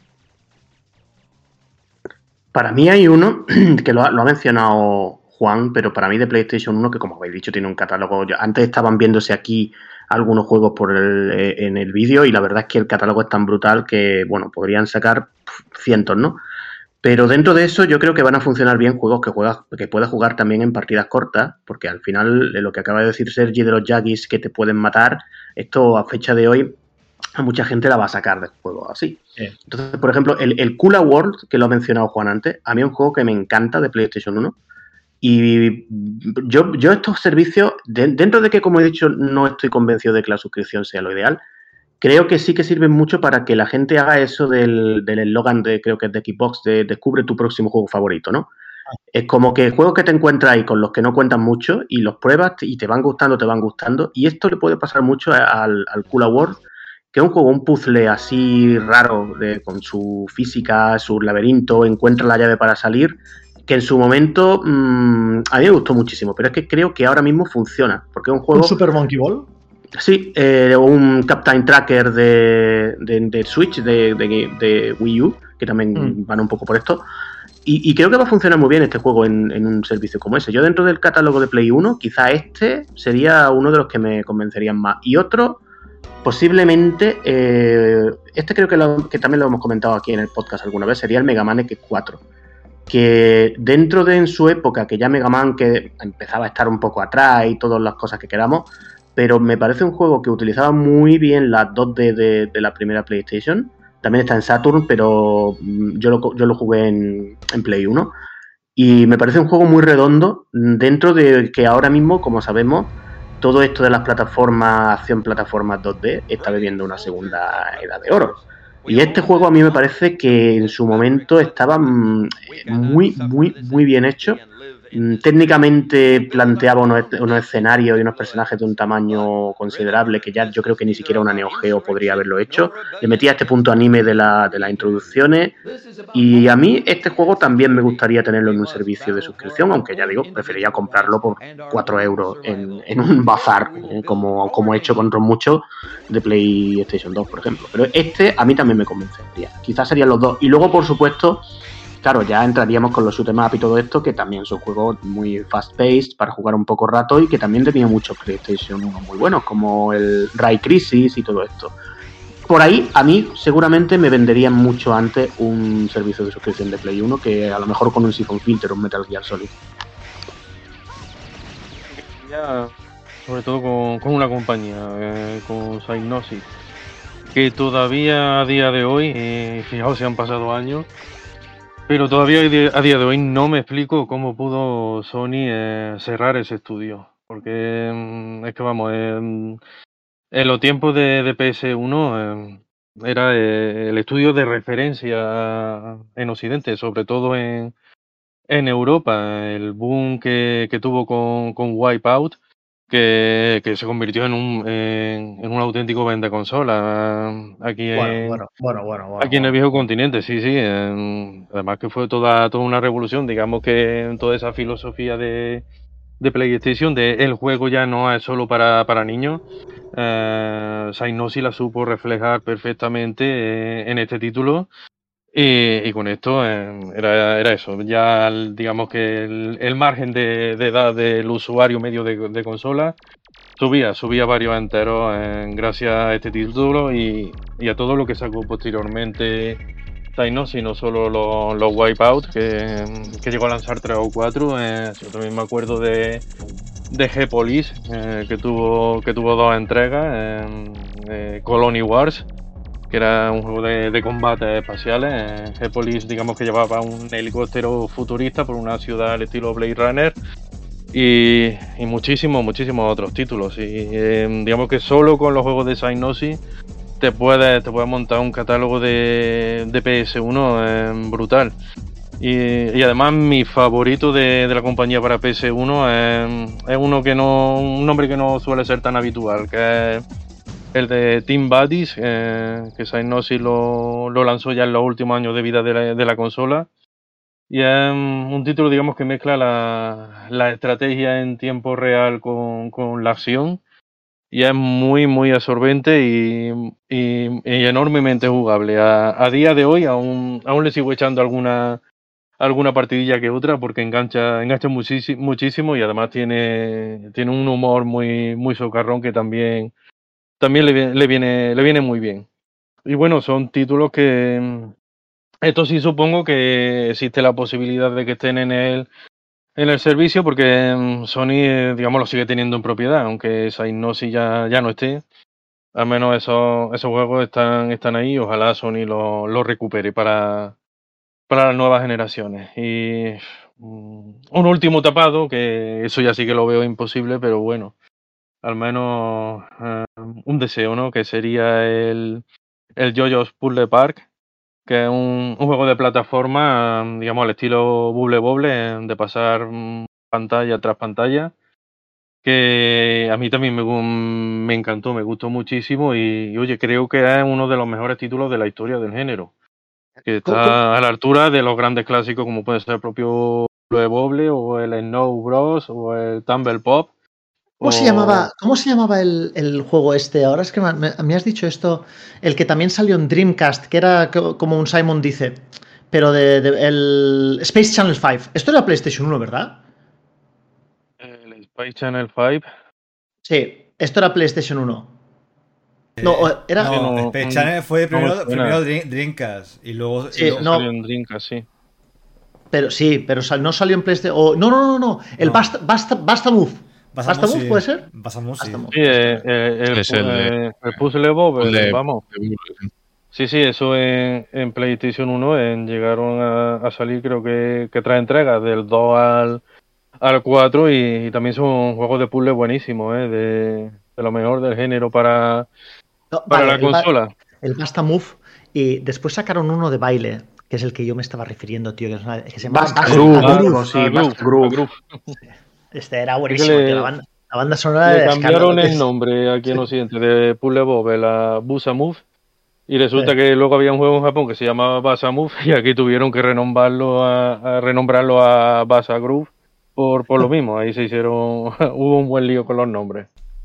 Para mí hay uno que lo ha, lo ha mencionado Juan, pero para mí de PlayStation uno, que como habéis dicho tiene un catálogo. Antes estaban viéndose aquí algunos juegos por el, eh, en el vídeo y la verdad es que el catálogo es tan brutal que, bueno, podrían sacar cientos, ¿no? Pero dentro de eso yo creo que van a funcionar bien juegos que juegas, que puedes jugar también en partidas cortas, porque al final lo que acaba de decir Sergi de los Yagis que te pueden matar, esto a fecha de hoy a mucha gente la va a sacar de juegos así. Sí. Entonces, por ejemplo, el, el Kula World, que lo ha mencionado Juan antes, a mí es un juego que me encanta de PlayStation uno. Y yo, yo estos servicios, de, dentro de que, como he dicho, no estoy convencido de que la suscripción sea lo ideal, creo que sí que sirven mucho para que la gente haga eso del eslogan de, creo que es de Xbox, de descubre tu próximo juego favorito, ¿no? Es como que juegos que te encuentras ahí con los que no cuentan mucho y los pruebas y te van gustando, te van gustando. Y esto le puede pasar mucho al, al Kula World, que es un juego, un puzzle así raro, de, con su física, su laberinto, encuentra la llave para salir, que en su momento mmm, a mí me gustó muchísimo, pero es que creo que ahora mismo funciona, porque es un juego... ¿Un Super Monkey Ball? Sí, eh, un Captain Tracker de, de, de Switch, de, de, de Wii U, que también mm. van un poco por esto. Y, y creo que va a funcionar muy bien este juego en, en un servicio como ese. Yo dentro del catálogo de Play uno, quizá este sería uno de los que me convencerían más. Y otro, posiblemente, eh, este creo que, lo, que también lo hemos comentado aquí en el podcast alguna vez, sería el Mega Man X cuatro. Que dentro de en su época, que ya Mega Man que empezaba a estar un poco atrás y todas las cosas que queramos, pero me parece un juego que utilizaba muy bien las dos D de, de la primera PlayStation. También está en Saturn, pero yo lo, yo lo jugué en, en Play uno. Y me parece un juego muy redondo dentro de que ahora mismo, como sabemos, todo esto de las plataformas, acción plataformas dos D, está viviendo una segunda edad de oro. Y este juego a mí me parece que en su momento estaba muy, muy, muy bien hecho. Técnicamente planteaba unos, unos escenarios y unos personajes de un tamaño considerable que ya yo creo que ni siquiera una Neo Geo podría haberlo hecho. Le metía este punto anime de, la, de las introducciones y a mí este juego también me gustaría tenerlo en un servicio de suscripción, aunque ya digo, preferiría comprarlo por cuatro euros en, en un bazar, eh, como, como he hecho con otros muchos de PlayStation dos, por ejemplo. Pero este a mí también me convencería. Quizás serían los dos. Y luego, por supuesto... Claro, ya entraríamos con los shoot 'em up y todo esto, que también son juegos muy fast-paced para jugar un poco rato y que también tenía muchos PlayStation uno muy buenos, como el Ray Crisis y todo esto. por ahí, a mí seguramente me venderían mucho antes un servicio de suscripción de Play uno que a lo mejor con un Siphon Filter o un Metal Gear Solid. Ya, sobre todo con, con una compañía, eh, con Psygnosis, que todavía a día de hoy, eh, fijaos, se han pasado años, pero todavía a día de hoy no me explico cómo pudo Sony eh, cerrar ese estudio. Porque mm, es que vamos, eh, en los tiempos de, de P S uno eh, era eh, el estudio de referencia en Occidente, sobre todo en, en Europa. El boom que, que tuvo con, con Wipeout, que, que se convirtió en un, en, en un auténtico vende consola aquí Bueno, en, bueno, bueno, bueno, bueno, aquí en el bueno. viejo continente, sí, sí. en- además que fue toda, toda una revolución, digamos que en toda esa filosofía de, de PlayStation, de el juego ya no es solo para, para niños. Eh, Psygnosis la supo reflejar perfectamente eh, en este título. Y, y con esto eh, era, era eso. Ya el- digamos que el, el margen de, de edad del usuario medio de, de consola subía, subía varios enteros eh, gracias a este título y, y a todo lo que sacó posteriormente Psygnosis, no solo los, los Wipeout, que, que llegó a lanzar tres o cuatro. Eh, yo también me acuerdo de, de G-Police, eh, que tuvo que tuvo dos entregas, eh, eh, Colony Wars, que era un juego de, de combates espaciales. Eh, G-Police, digamos que llevaba un helicóptero futurista por una ciudad al estilo Blade Runner. Y, y muchísimos, muchísimos otros títulos. Y eh, digamos que solo con los juegos de Psygnosis te puedes, te puedes montar un catálogo de, de P S uno eh, brutal. Y, y además mi favorito de, de la compañía para P S uno eh, es uno que no, un nombre que no suele ser tan habitual, que es el de Team Buddies, eh, que Psygnosis lo, lo lanzó ya en los últimos años de vida de la, de la consola. Y es un título, digamos, que mezcla la, la estrategia en tiempo real con, con la acción. Y es muy, muy absorbente y, y- y enormemente jugable. A, a día de hoy aún, aún le sigo echando alguna, alguna partidilla que otra porque engancha, engancha muchísimo, muchísimo y además tiene, tiene un humor muy, muy socarrón que también, también le, vi- le viene, le viene muy bien. Y bueno, son títulos que... Esto sí supongo que existe la posibilidad de que estén en el, en el servicio porque mm, Sony, eh, digamos, lo sigue teniendo en propiedad, aunque Psygnosis ya, ya no esté. Al menos esos, esos juegos están, están ahí. Ojalá Sony lo, lo recupere para, para las nuevas generaciones. Y mm, un último tapado, que eso ya sí que lo veo imposible, pero bueno, al menos eh, un deseo, ¿no? Que sería el, el JoJo's Puzzle Park, que es un, un juego de plataforma, mm, digamos, al estilo Bubble Bobble, eh, de pasar mm, pantalla tras pantalla, que a mí también me, gu- me encantó, me gustó muchísimo y, y, oye, creo que es uno de los mejores títulos de la historia del género, que ¿Cómo, cómo- está a la altura de los grandes clásicos como puede ser el propio Bubble Bobble o el Snow Bros o el Tumble Pop cómo se o... llamaba, cómo se llamaba el, el juego este? Ahora es que me, me- me has dicho esto, el que también salió en Dreamcast, que era co- como un Simon Dice, pero de, de- el Space Channel cinco. Esto era PlayStation uno, ¿verdad? el Space Channel cinco. Sí, esto era PlayStation uno. No, Eh, o- era... Sí, no, no, Space no- Channel fue no me primero, suena. primero Dream- Dreamcast y luego, y Sí, luego- no, Salió en Dreamcast, sí. pero sí, pero sal- no salió en PlayStation... o- no, no, no, no, el No. Basta, Basta, Basta Move. Basta ¿Basta Move sí. puede ser? Basta Move, sí. Basta Move. Sí, eh, eh, el, Es el de- eh, el Puzzle Bob, El el- de- vamos. de- Sí, sí, eso en, en PlayStation uno en, llegaron a, a salir, creo que, que tres entregas, del dos al, al cuatro, y, y también son juegos de puzzle buenísimos, ¿eh? de, de lo mejor del género para, No, para vale, la el ba- consola. El Basta Move. Y después sacaron uno de baile, que es el que yo me estaba refiriendo, tío, que, es una- que se llama Basta Basta Groove, Groove. algo, sí, Ah, Basta Groove, Groove. Este era buenísimo, le- tío, la banda, la banda sonora Le de cambiaron Escándalo, el es- nombre aquí en Occidente de Puzzle Bob a Busa Move. Y resulta Sí. que luego había un juego en Japón que se llamaba Basa Move y aquí tuvieron que renombrarlo a, a renombrarlo a Basa Groove por, por lo mismo. Ahí se hicieron, hubo un buen lío con los nombres.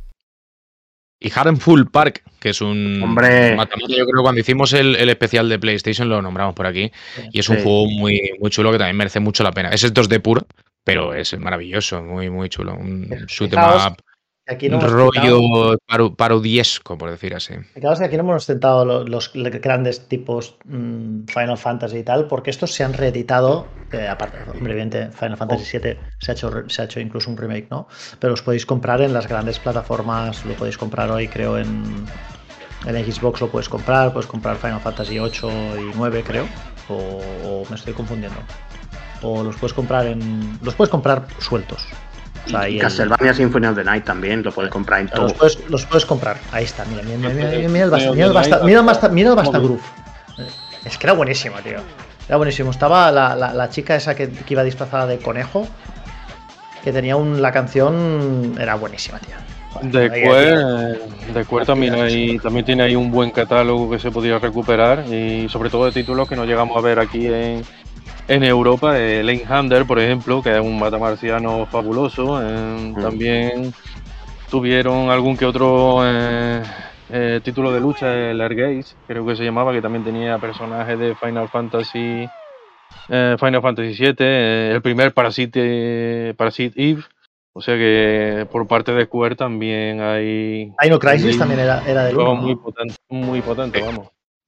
Y Harmful Park, que es un Hombre. mata-mata. Yo creo que cuando hicimos el, el especial de PlayStation lo nombramos por aquí. Y es un Sí. juego muy, muy chulo que también merece mucho la pena. Ese es dos D puro, pero es maravilloso, muy, muy chulo. Un shoot 'em Fijaos, up. Aquí no hemos citado- rollo paru- parodiesco, por decir así. Fijaos que aquí no hemos sentado lo- los, grandes tipos mm, Final Fantasy y tal, porque estos se han reeditado, eh, aparte, hombre, evidente, Final Fantasy siete se ha, hecho, re- se ha hecho incluso un remake, ¿no? Pero los podéis comprar en las grandes plataformas, lo podéis comprar hoy, creo, en, en Xbox lo puedes comprar, puedes comprar Final Fantasy ocho y nueve, creo, o, o me estoy confundiendo. O los puedes comprar en. Los puedes comprar sueltos. O sea, Y y el- Castlevania Symphony of the Night también lo puedes comprar en todo. los puedes, los puedes comprar. Ahí está, mira, mira, mira, mira, mira el Basta, Symphony mira el of the Basta, Night, mira el Basta, mira el Basta móvil. Groove. Es que era buenísimo, tío. Era buenísimo. Estaba la, la, la chica esa que, que iba disfrazada de conejo, que tenía un, la canción, era buenísima, tío. De Ahí, Quer, de Quer también, hay, también tiene ahí un buen catálogo que se podría recuperar y sobre todo de títulos que no llegamos a ver aquí en, en Europa. Eh, Lane Hunter, por ejemplo, que es un matamarciano fabuloso. eh, Mm. También tuvieron algún que otro eh, eh, título de lucha, el Airgaze, creo que se llamaba, que también tenía personajes de Final Fantasy eh, Final Fantasy siete, eh, el primer Parasite, Parasite Eve. O sea que por parte de Square también hay. Dino Crisis hay también era, era del juego uno, muy ¿no? potente, muy potente, vamos.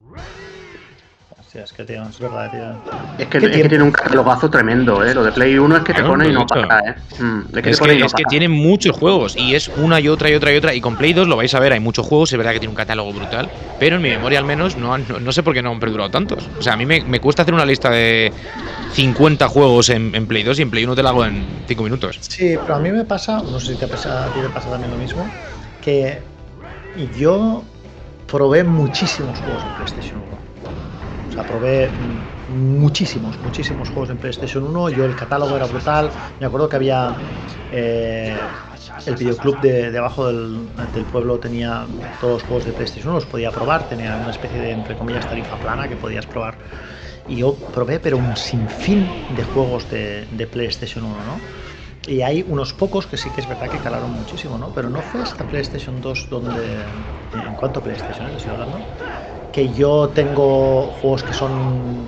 Hostia, es que, tío, es verdad, tío. Es que, ¿Qué es que tiempo? tiene un catalogazo tremendo, ¿eh? Lo de Play uno es que te Claro, pone y no mucho. para, ¿eh? Mm, es que te Es pone y que, no es que para. tiene muchos juegos y es una y otra y otra y otra. Y con Play dos lo vais a ver, hay muchos juegos, es verdad que tiene un catálogo brutal, pero en mi memoria al menos no, han- no, no sé por qué no han perdurado tantos. O sea, a mí me, me cuesta hacer una lista de cincuenta juegos en, en Play dos y en Play uno te la hago en cinco minutos. Sí, pero a mí me pasa, no sé si te pasa, a ti te pasa también lo mismo, que yo probé muchísimos juegos en PlayStation uno. O sea, probé mm, muchísimos, muchísimos juegos en PlayStation uno. Yo el catálogo era brutal. Me acuerdo que había eh, el videoclub de, de abajo del, del pueblo, tenía todos los juegos de PlayStation uno, los podía probar. Tenía una especie de, entre comillas, tarifa plana que podías probar. Y yo probé, pero un sinfín de juegos de, de PlayStation uno, ¿no? Y hay unos pocos que sí que es verdad que calaron muchísimo, ¿no? Pero no fue hasta PlayStation dos donde, en cuanto a PlayStation, ¿eh? Estoy hablando, que yo tengo juegos que son,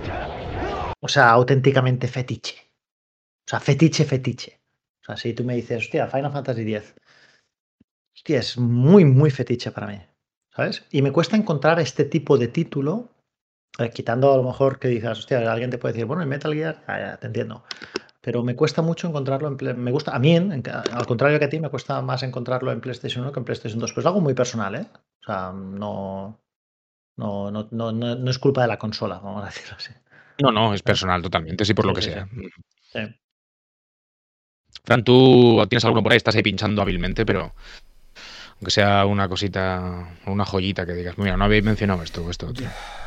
o sea, auténticamente fetiche. O sea, fetiche, fetiche. O sea, si tú me dices, hostia, Final Fantasy diez, hostia, es muy, muy fetiche para mí, ¿sabes? Y me cuesta encontrar este tipo de título, eh, quitando a lo mejor que digas, hostia, alguien te puede decir, bueno, el Metal Gear, ya, ya, te entiendo. Pero me cuesta mucho encontrarlo en Play- me gusta a mí, en- en- al contrario que a ti, me cuesta más encontrarlo en PlayStation uno que en PlayStation dos. Pero es algo muy personal, ¿eh? O sea, no, no, no, no, no, no es culpa de la consola, vamos a decirlo así. No, no, es personal totalmente, sí, por lo Sí, que sí, sea. Sí. Fran, tú tienes alguno por ahí, estás ahí pinchando hábilmente, pero aunque sea una cosita, una joyita que digas, mira, no habéis mencionado esto o esto otro.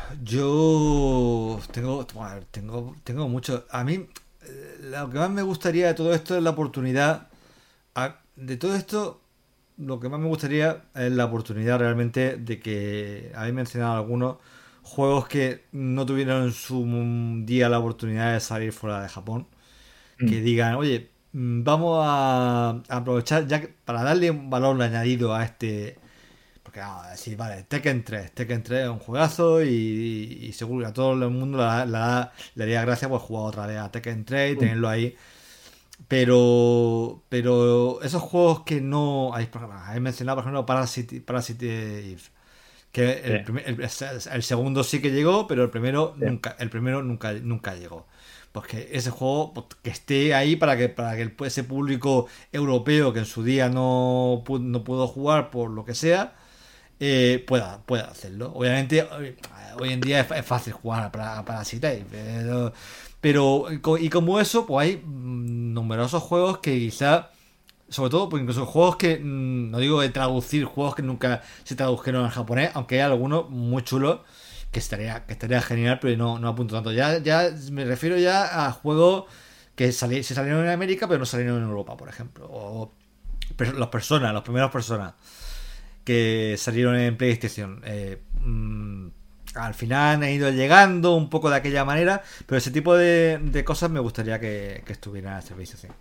Yo tengo, bueno, tengo, tengo mucho. A mí, eh, lo que más me gustaría de todo esto es la oportunidad. a- de todo esto, lo que más me gustaría es la oportunidad realmente de que habéis mencionado algunos juegos que no tuvieron en su día la oportunidad de salir fuera de Japón. Que digan, oye, mm, vamos a aprovechar ya que- para darle un valor añadido a este. Porque vamos a decir, vale, Tekken tres. Tekken tres es un juegazo y, y- y seguro que a todo el mundo le, le- le haría gracia pues jugar otra vez a Tekken tres y tenerlo ahí. Pero pero esos juegos que no. Habéis, habéis mencionado, por ejemplo, Parasite, Parasite Eve. Que el, Sí. primer- el, el segundo sí que llegó, pero el primero Sí. nunca, el primero nunca, nunca llegó. Porque ese juego pues, que esté ahí para que para que el- ese público europeo que en su día no, pu- no pudo jugar por lo que sea, eh, pueda, pueda hacerlo. Obviamente, hoy, hoy en día es, es fácil jugar para, para Parasite, pero, pero co- y como eso, pues hay mm, numerosos juegos que quizá, sobre todo, pues incluso juegos que, mm, no digo de traducir, juegos que nunca se tradujeron al japonés, aunque hay algunos muy chulos que estaría, que estaría genial, pero no, no apunto tanto. Ya, ya me refiero ya a juegos que sali- se salieron en América, pero no salieron en Europa, por ejemplo. O per- los personas, los primeros personas que salieron en PlayStation. Eh, mm, al final han ido llegando un poco de aquella manera, pero ese tipo de, de cosas me gustaría que, que estuvieran al servicio, sí.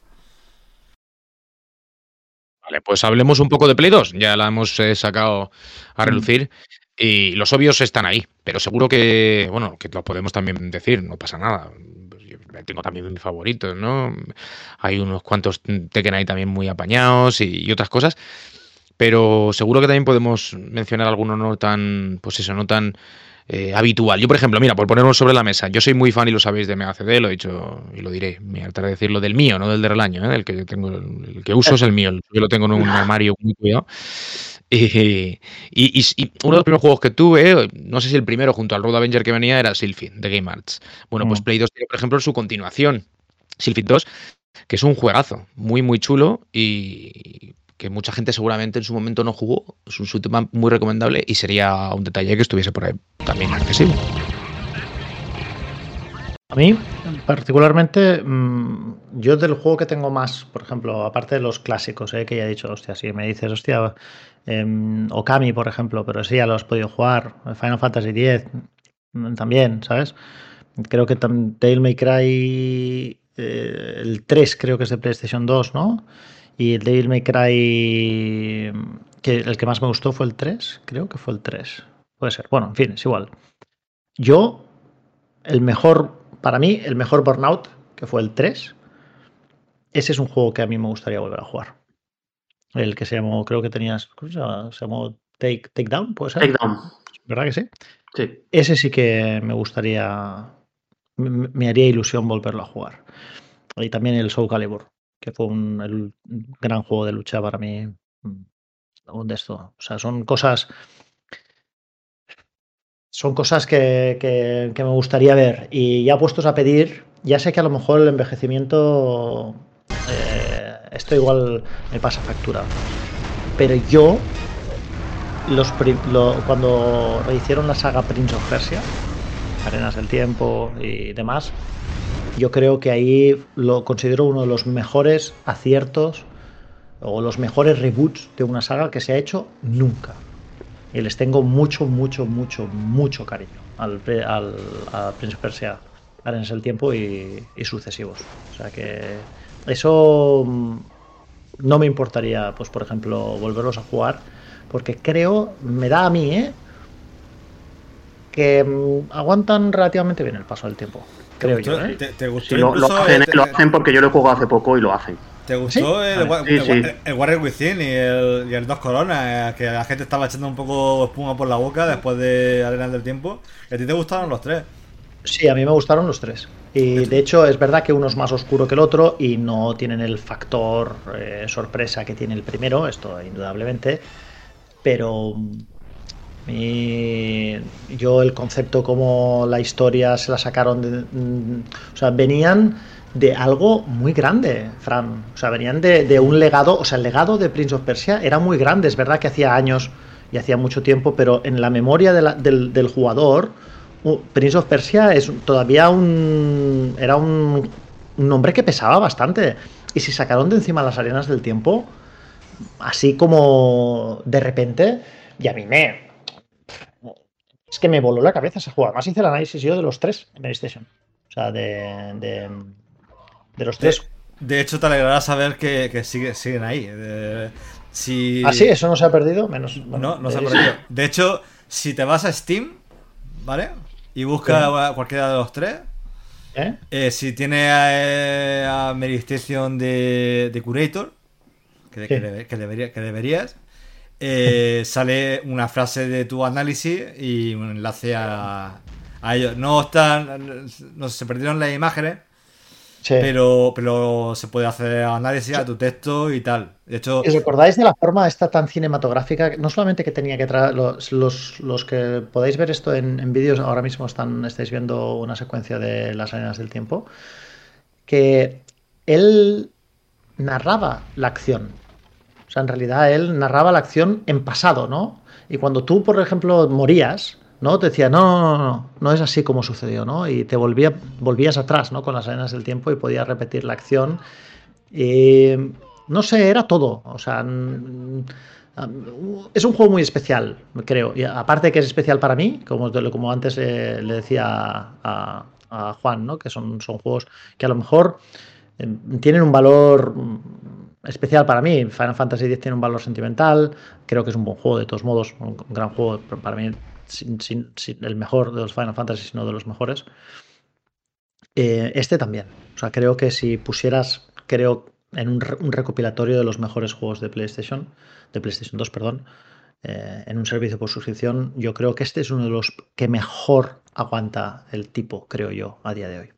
Vale, pues hablemos un poco de Play dos. Ya la hemos eh, sacado a relucir. Y los obvios están ahí. Pero seguro que, bueno, que lo podemos también decir, no pasa nada. Pues yo- tengo también mis favoritos, ¿no? Hay unos cuantos Tekken ahí también muy apañados y, y otras cosas, pero seguro que también podemos mencionar alguno no tan, pues eso, no tan eh, habitual. Yo, por ejemplo, mira, por ponerlo sobre la mesa, yo soy muy fan, y lo sabéis, de Mega C D, lo he dicho y lo diré, me hartaré de decirlo, del mío, no del del año, ¿eh? El que yo tengo, el que uso es el mío, yo lo tengo en un armario muy cuidado. Y, y, y, y uno de los primeros juegos que tuve, no sé si el primero junto al Road Avenger que venía, era Silphid, de Game Arts. Bueno, pues Mm. Play dos tiene, por ejemplo, su continuación, Silphid dos, que es un juegazo, muy, muy chulo y que mucha gente seguramente en su momento no jugó. Es un shoot 'em up muy recomendable y sería un detalle que estuviese por ahí también accesible. A mí, particularmente, mmm, yo del juego que tengo más, por ejemplo, aparte de los clásicos, ¿eh? Que ya he dicho, hostia, si me dices, hostia, eh, Okami, por ejemplo, pero sí ya lo has podido jugar, Final Fantasy X mm, también, ¿sabes? Creo que tam- Devil May Cry, eh, el tres creo que es de PlayStation dos, ¿no? Y el Devil May Cry, que el que más me gustó fue el tres, creo que fue el tres. Puede ser, bueno, en fin, es igual. Yo, el mejor, para mí, el mejor Burnout, que fue el tres, ese es un juego que a mí me gustaría volver a jugar. El que se llamó, creo que tenías, ¿cómo se llama? Se llamó Take, Takedown, ¿puede ser? Takedown. ¿Verdad que sí? Sí. Ese sí que me gustaría, me, me haría ilusión volverlo a jugar. Y también el Soul Calibur, que fue un, el, un gran juego de lucha para mí. Un de esto. O sea, son cosas. Son cosas que, que, que me gustaría ver. Y ya puestos a pedir, ya sé que a lo mejor el envejecimiento. Eh, esto igual me pasa factura. Pero yo. Los, pri- lo- cuando rehicieron la saga Prince of Persia, Arenas del Tiempo y demás, yo creo que ahí lo considero uno de los mejores aciertos o los mejores reboots de una saga que se ha hecho nunca. Y les tengo mucho, mucho, mucho, mucho cariño al, pre- al a Prince of Persia, Arenas del Tiempo y, y sucesivos. O sea que eso mm, no me importaría, pues por ejemplo, volverlos a jugar, porque creo, me da a mí, ¿eh? que mm, aguantan relativamente bien el paso del tiempo. Creo gustó, yo, ¿eh? te, te gustó Sí, lo, lo incluso hacen, el- ¿eh? Lo hacen porque yo lo he jugado hace poco y lo hacen. ¿Te gustó ¿Sí? el, Vale. el, Sí, el- sí. el Warrior Within y el, y el Dos Coronas? eh, Que la gente estaba echando un poco espuma por la boca después de Arenas del Tiempo. ¿Y a ti te gustaron los tres? Sí, a mí me gustaron los tres. Y de hecho es verdad que uno es más oscuro que el otro y no tienen el factor eh, sorpresa que tiene el primero, esto indudablemente. Pero mi- yo el concepto como la historia se la sacaron de, mm, o sea, venían de algo muy grande, Fran. O sea, venían de, de un legado, o sea, el legado de Prince of Persia era muy grande. Es verdad que hacía años y hacía mucho tiempo, pero en la memoria de la- del, del jugador, uh, Prince of Persia es todavía un era un, un nombre que pesaba bastante. Y si sacaron de encima las Arenas del Tiempo, así como de repente, y a mí me es que me voló la cabeza ese juego. Además hice el análisis yo de los tres en PlayStation. O sea, de, de, de los De, tres. de hecho, te alegrará saber que, que sigue- siguen ahí. De- si... Ah, sí, eso no se ha perdido, menos. No, no se ha de- perdido. De hecho, si te vas a Steam, ¿vale? Y buscas Sí. a cualquiera de los tres, ¿Eh? eh, si tiene eh, a Mary Station de, de Curator, que, Sí. que debe- que debería- que deberías, eh, sale una frase de tu análisis y un enlace a, a ellos. No están, no se perdieron las imágenes, Sí. pero, pero se puede hacer análisis a tu texto y tal. De hecho, ¿Y os acordáis de la forma esta tan cinematográfica? No solamente que tenía que traer los, los, los que podáis ver esto en, en vídeos, ahora mismo están, estáis viendo una secuencia de las Arenas del Tiempo, que él narraba la acción. O sea, en realidad él narraba la acción en pasado, ¿no? Y cuando tú, por ejemplo, morías, ¿no? Te decía, no, no, no, no, no es así como sucedió, ¿no? Y te volvía, volvías atrás, ¿no? Con las Arenas del Tiempo y podías repetir la acción. Y, no sé, era todo. O sea, mm, es un juego muy especial, creo. Y aparte que es especial para mí, como, como antes eh, le decía a, a Juan, ¿no? Que son, son juegos que a lo mejor eh, tienen un valor mm, especial para mí. Final Fantasy X tiene un valor sentimental. Creo que es un buen juego, de todos modos. Un gran juego, para mí, sin, sin, sin el mejor de los Final Fantasy, sino de los mejores. Eh, este también. O sea, creo que si pusieras, creo, en un, re- un recopilatorio de los mejores juegos de PlayStation, de PlayStation dos, perdón, eh, en un servicio por suscripción, yo creo que este es uno de los que mejor aguanta el tipo, creo yo, a día de hoy.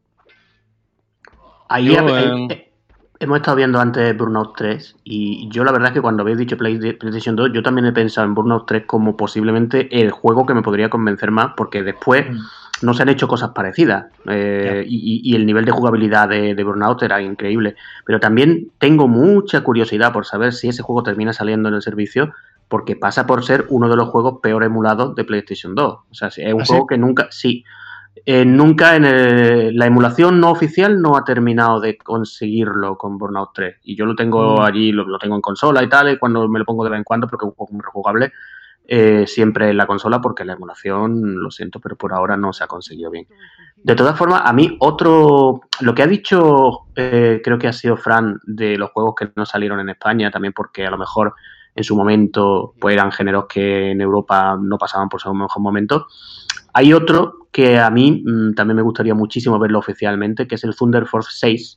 Ahí Yo, ha- eh, eh, hemos estado viendo antes Burnout tres y yo la verdad es que cuando habéis dicho Play- PlayStation dos, yo también he pensado en Burnout tres como posiblemente el juego que me podría convencer más, porque después Mm. no se han hecho cosas parecidas eh, y, y el nivel de jugabilidad de, de Burnout era increíble. Pero también tengo mucha curiosidad por saber si ese juego termina saliendo en el servicio, porque pasa por ser uno de los juegos peor emulados de PlayStation dos. O sea, es un ¿Ah, sí? juego que nunca... Sí, eh, nunca en el- la emulación no oficial no ha terminado de conseguirlo con Burnout tres. Y yo lo tengo Mm. allí, lo, lo tengo en consola y tal, y cuando me lo pongo de vez en cuando, porque es un juego muy rejugable, eh, siempre en la consola, porque la emulación, lo siento, pero por ahora no se ha conseguido bien. De todas formas, a mí otro... Lo que ha dicho, eh, creo que ha sido Fran, de los juegos que no salieron en España, también porque a lo mejor en su momento pues eran géneros que en Europa no pasaban por su mejor momento. Hay otro que a mí mmm, también me gustaría muchísimo verlo oficialmente, que es el Thunder Force seis.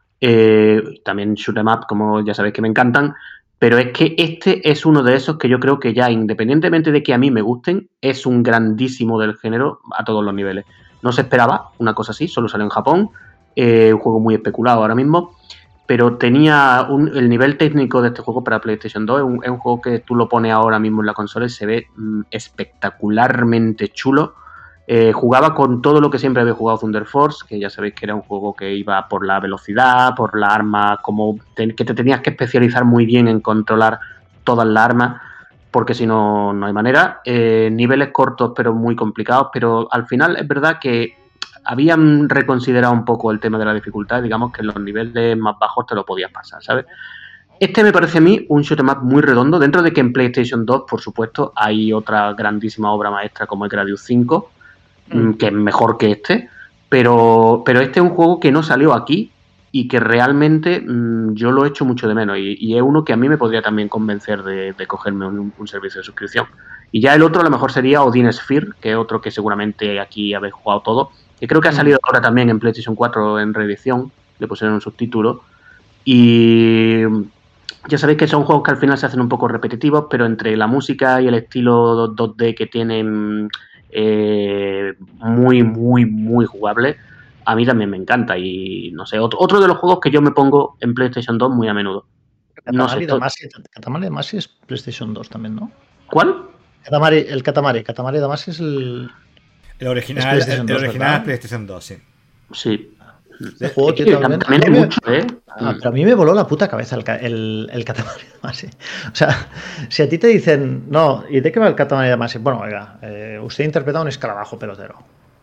Eh, también shoot 'em up, como ya sabéis que me encantan, pero es que este es uno de esos que yo creo que ya, independientemente de que a mí me gusten, es un grandísimo del género a todos los niveles. No se esperaba una cosa así, solo salió en Japón, eh, un juego muy especulado ahora mismo, pero tenía un, el nivel técnico de este juego para PlayStation dos, es un, es un juego que tú lo pones ahora mismo en la consola y se ve mmm, espectacularmente chulo. Eh, jugaba con todo lo que siempre había jugado Thunder Force, que ya sabéis que era un juego que iba por la velocidad, por la arma, como te, que te tenías que especializar muy bien en controlar todas las armas, porque si no, no hay manera. Eh, niveles cortos pero muy complicados, pero al final es verdad que habían reconsiderado un poco el tema de la dificultad, digamos que en los niveles más bajos te lo podías pasar, ¿sabes? Este me parece a mí un shoot 'em up muy redondo, dentro de que en PlayStation dos, por supuesto, hay otra grandísima obra maestra como el Gradius cinco, mm. que es mejor que este, pero, pero este es un juego que no salió aquí y que realmente mmm, yo lo echo mucho de menos y, y es uno que a mí me podría también convencer de, de cogerme un, un servicio de suscripción. Y ya el otro a lo mejor sería Odin Sphere, que es otro que seguramente aquí habéis jugado todo, que creo que ha salido ahora también en PlayStation cuatro en reedición, le pusieron un subtítulo y... Ya sabéis que son juegos que al final se hacen un poco repetitivos, pero entre la música y el estilo dos D que tienen eh, muy, muy, muy jugable, a mí también me encanta. Y no sé, otro, otro de los juegos que yo me pongo en PlayStation dos muy a menudo. No sé, Katamari Damacy, Katamari Damacy es PlayStation dos también, ¿no? ¿Cuál? Katamari, el Katamari. Katamari Damacy es el... El original es PlayStation, el, el dos, original es PlayStation dos, sí. Sí. Este juego, tío, también, también hay me, mucho, ¿eh? Ah, pero a mí me voló la puta cabeza el, el, el Katamari Damacy. O sea, si a ti te dicen, no, ¿y de qué va el Katamari Damacy? Bueno, oiga, eh, usted interpreta un escarabajo pelotero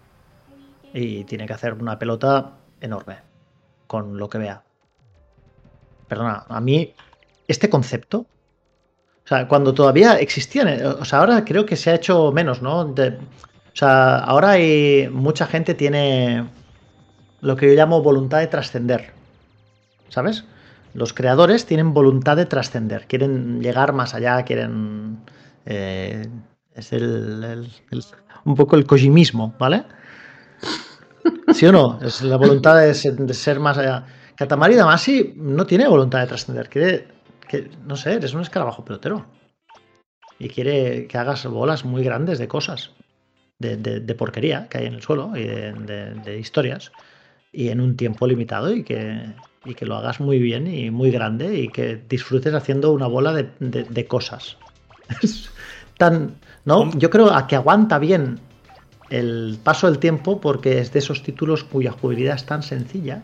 y tiene que hacer una pelota enorme con lo que vea. Perdona, a mí este concepto, o sea, cuando todavía existían, o sea, ahora creo que se ha hecho menos, ¿no? De, o sea, ahora hay mucha gente tiene lo que yo llamo voluntad de trascender, ¿sabes? Los creadores tienen voluntad de trascender, quieren llegar más allá, quieren... Eh, es el, el, el, un poco el kojimismo, ¿vale? ¿Sí o no? Es la voluntad de ser, de ser más allá. Katamari Damacy no tiene voluntad de trascender, quiere... Que, no sé, eres un escarabajo pelotero. Y quiere que hagas bolas muy grandes de cosas, de, de, de porquería que hay en el suelo y de, de, de historias. Y en un tiempo limitado y que, y que lo hagas muy bien y muy grande y que disfrutes haciendo una bola de, de, de cosas. Tan, ¿no? Yo creo a que aguanta bien el paso del tiempo porque es de esos títulos cuya jugabilidad es tan sencilla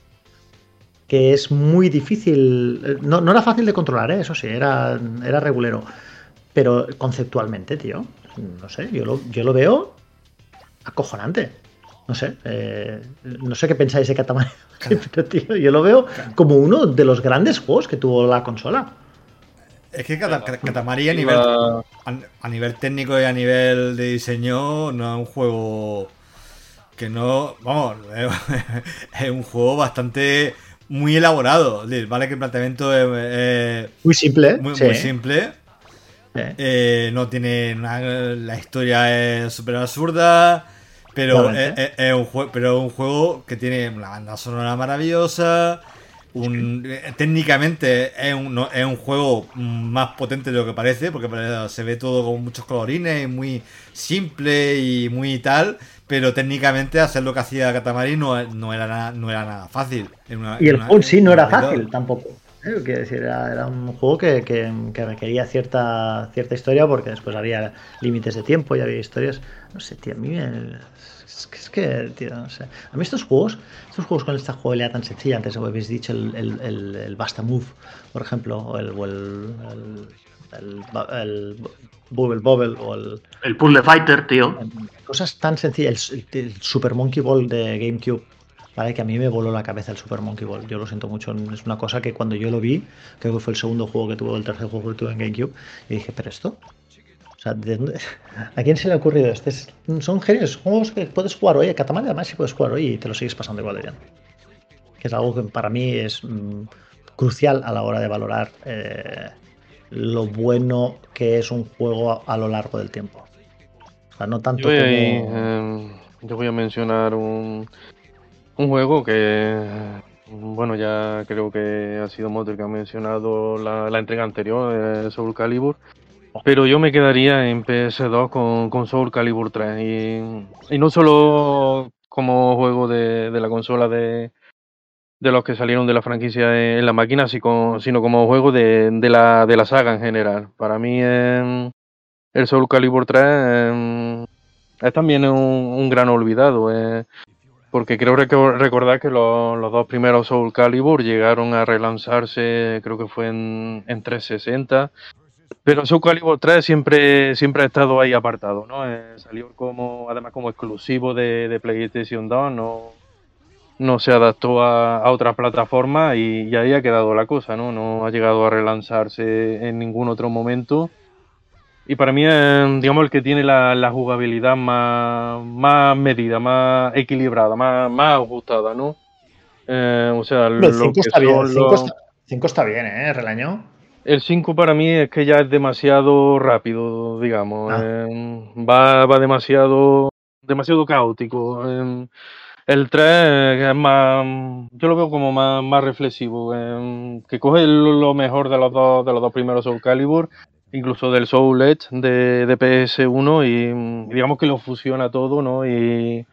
que es muy difícil. No, no era fácil de controlar, ¿eh? Eso sí, era, era regulero. Pero conceptualmente, tío, no sé, yo lo, yo lo veo acojonante. No sé, eh, no sé qué pensáis de Katamari, pero tío, yo lo veo como uno de los grandes juegos que tuvo la consola. Es que Katamari a nivel, a, a nivel técnico y a nivel de diseño no es un juego que no, vamos, es un juego bastante muy elaborado, vale que el planteamiento es, es muy simple, muy, sí. muy simple. Sí. Eh, no tiene nada, la historia es súper absurda. Pero es, Realmente. es- es un juego, pero un juego que tiene una banda sonora maravillosa. Un, eh, técnicamente es un, no- es un juego más potente de lo que parece, porque pare- se ve todo con muchos colorines, y muy simple y muy tal, pero técnicamente hacer lo que hacía Katamari no, no era nada, no era nada fácil. En una- Y en el una- juego en sí no en era una Play fácil dos. tampoco. ¿eh? Quiero decir, era, era un juego que, que- que requería cierta, cierta historia porque después había límites de tiempo y había historias. No sé, tío, a mí me- es que, es que, tío, no sé. A mí estos juegos, estos juegos con esta jugabilidad tan sencilla, antes habéis dicho el, el, el, el Basta Move, por ejemplo, o el, o el, el, el, el Bubble Bobble o el, El Puzzle Fighter, tío. cosas tan sencillas, el, el Super Monkey Ball de GameCube, ¿vale? Que a mí me voló la cabeza el Super Monkey Ball. Yo lo siento mucho, es una cosa que cuando yo lo vi, creo que fue el segundo juego que tuvo, el tercer juego que tuve en GameCube, y dije, ¿pero esto? O sea, ¿de dónde- ¿a quién se le ha ocurrido esto? Es- son genios, juegos que puedes jugar hoy, a Katamari además sí puedes jugar hoy y te lo sigues pasando igual de bien. Que es algo que para mí es mm, crucial a la hora de valorar eh, lo bueno que es un juego a, a lo largo del tiempo. O sea, no Yo tanto voy, como... a, ir, eh, yo voy a mencionar un, un juego que, bueno, ya creo que ha sido Motter que ha mencionado la, la entrega anterior, eh, Soul Calibur, pero yo me quedaría en P S dos con, con Soul Calibur tres y, y no solo como juego de, de la consola de, de los que salieron de la franquicia en la máquina, si con- sino como juego de, de la, de la saga en general. Para mí eh, el Soul Calibur tres eh, es también un, un gran olvidado, eh, porque creo reco- recordar que los, los dos primeros Soul Calibur llegaron a relanzarse, creo que fue en, en trescientos sesenta, pero Soul Calibur tres siempre, siempre ha estado ahí apartado, ¿no? Eh, salió como, además como exclusivo de, de PlayStation dos, no, no se adaptó a, a otras plataformas y, y ahí ha quedado la cosa, ¿no? No ha llegado a relanzarse en ningún otro momento. Y para mí es, digamos, el que tiene la, la jugabilidad más, más medida, más equilibrada, más, más ajustada, ¿no? Eh, o sea, El lo cinco que está bien, el son cinco los... está, cinco está bien, ¿eh? Relaño. El cinco para mí es que ya es demasiado rápido, digamos. Ah, eh, va, va demasiado, demasiado caótico. eh, el tres es más, yo lo veo como más, más reflexivo, eh, que coge lo lo mejor de los dos, de los dos primeros Soul Calibur, incluso del Soul Edge de, de P S uno, y, mm, y digamos que lo fusiona todo, ¿no? Y,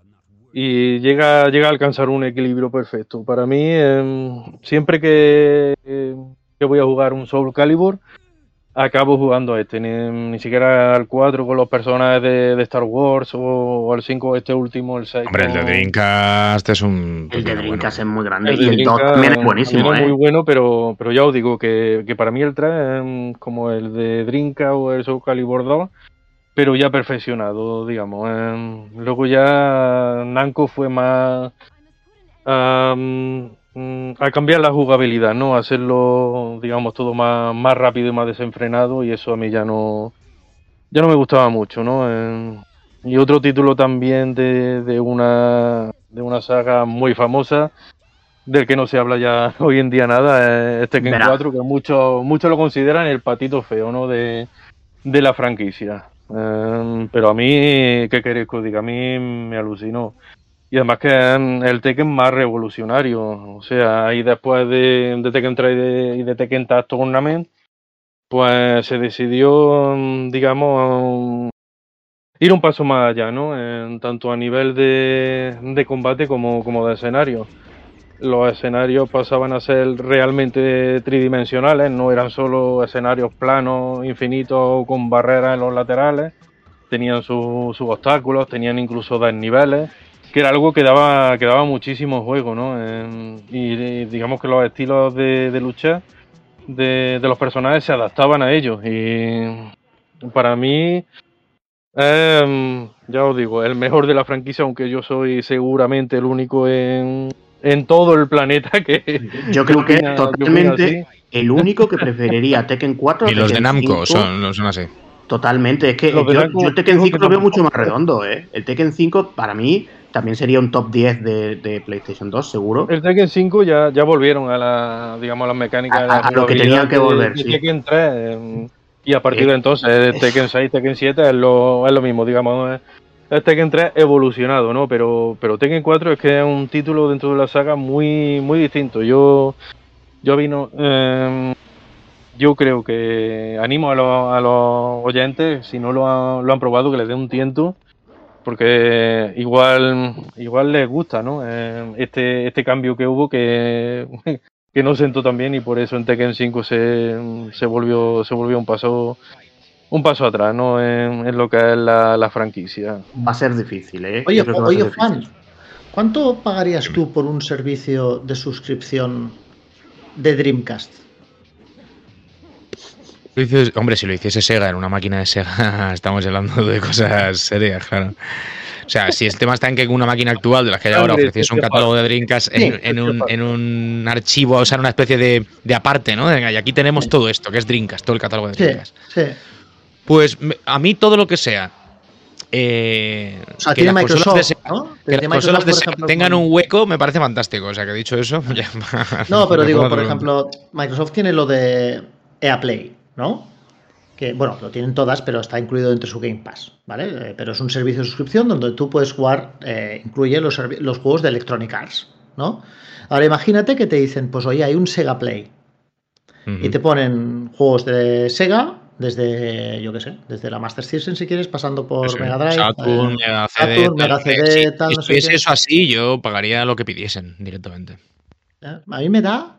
y llega, llega a alcanzar un equilibrio perfecto. Para mí, eh, siempre que, que voy a jugar un Soul Calibur, acabo jugando a este, ni, ni siquiera al cuatro con los personajes de, de Star Wars o, o al cinco este último, el seis Hombre, el de con... Dreamcast es un El de pepino bueno. Dreamcast es muy grande. El Y de el dos Dreamcast también es también buenísimo, es muy ¿eh? bueno, pero, pero ya os digo que, que para mí el tres es como el de Dreamcast o el Soul Calibur dos, pero ya perfeccionado, digamos. Eh, luego ya Namco fue más a, mm, a cambiar la jugabilidad, ¿no? A hacerlo, digamos, todo más, más rápido y más desenfrenado, y eso a mí ya no, ya no me gustaba mucho, ¿no? Eh, y otro título también de, de una de una saga muy famosa, del que no se habla ya hoy en día nada, es Tekken Verá. cuatro, que muchos muchos lo consideran el patito feo, ¿no? De, de la franquicia. Eh, pero a mí, ¿qué queréis que os diga? A mí me alucinó. Y además que es el Tekken más revolucionario. O sea, ahí después de, de Tekken tres y de, y de Tekken Tag Tournament, pues se decidió, mm, digamos, ir un paso más allá, ¿no? En, tanto a nivel de, de combate como, como de escenario. Los escenarios pasaban a ser realmente tridimensionales, no eran solo escenarios planos, infinitos, con barreras en los laterales. Tenían su- sus obstáculos, tenían incluso desniveles, que era algo que daba, que daba muchísimo juego, ¿no? En- y, y digamos que los estilos de, de lucha de, de los personajes se adaptaban a ellos. Y para mí, eh, ya os digo, el mejor de la franquicia, aunque yo soy seguramente el único en, en todo el planeta que, Yo que creo que opina- que opina totalmente así. el único que preferiría Tekken cuatro a Y los de Tekken Namco cinco. son, no son así. Totalmente, es que Los de yo, Namco yo Tekken creo cinco que lo veo tampoco. mucho más redondo, ¿eh? El Tekken cinco para mí también sería un top diez de, de PlayStation dos, seguro. El Tekken cinco ya, ya volvieron a la, digamos, a las mecánicas A- de la a- a lo que jugabilidad tenían que de- volver, de sí. Tekken tres, eh, y a partir Eh, de entonces el Tekken seis, Tekken siete es lo, es lo mismo, digamos, es, es Tekken tres evolucionado, ¿no? Pero, pero Tekken cuatro es que es un título dentro de la saga muy, muy distinto. Yo, yo vino, eh, yo creo que animo a los, a los oyentes, si no lo, ha, lo han probado, que les den un tiento, porque igual, igual les gusta, ¿no? Eh, este, este cambio que hubo que, que no sentó tan bien y por eso en Tekken cinco se, se volvió, se volvió un paso. Un paso atrás, ¿no? En, en lo que es la, la franquicia. Va a ser difícil, ¿eh? Oye, Yo creo que va a oye ser difícil. Juan, ¿cuánto pagarías tú por un servicio de suscripción de Dreamcast? Lo hiciese- hombre, si lo hiciese Sega en una máquina de Sega, estamos hablando de cosas serias, claro. O sea, si el tema está en que una máquina actual de las que hay ahora Hombre, ofreciese un ¿qué catálogo pasa? de Dreamcast Sí, en, en un, en un archivo, o sea, en una especie de, de aparte, ¿no? Venga, y aquí tenemos todo esto, que es Dreamcast, todo el catálogo de Sí, Dreamcast. sí. Pues me- a mí todo lo que sea. Eh, O sea, que tiene las consolas Microsoft, de Sega, ¿no? que Desde las consolas Microsoft, de por Sega ejemplo, tengan con- un hueco me parece fantástico. O sea, que dicho eso, ya. No, pero me digo, pongo por otro- ejemplo, Microsoft tiene lo de E A Play, ¿no? Que, bueno, lo tienen todas, pero está incluido dentro de su Game Pass, ¿vale? Eh, pero es un servicio de suscripción donde tú puedes jugar, eh, incluye los, servi- los juegos de Electronic Arts, ¿no? Ahora imagínate que te dicen, pues oye, hay un Sega Play y te Ujú. ponen juegos de Sega desde, yo qué sé, desde la Master System si quieres, pasando por Eso, Mega Drive, Saturn, eh, Mega C D, Saturn, tal. Mega Hombre, C D, si, tal, si no sé estuviese qué. eso así, yo pagaría lo que pidiesen directamente. ¿Eh? A mí me da,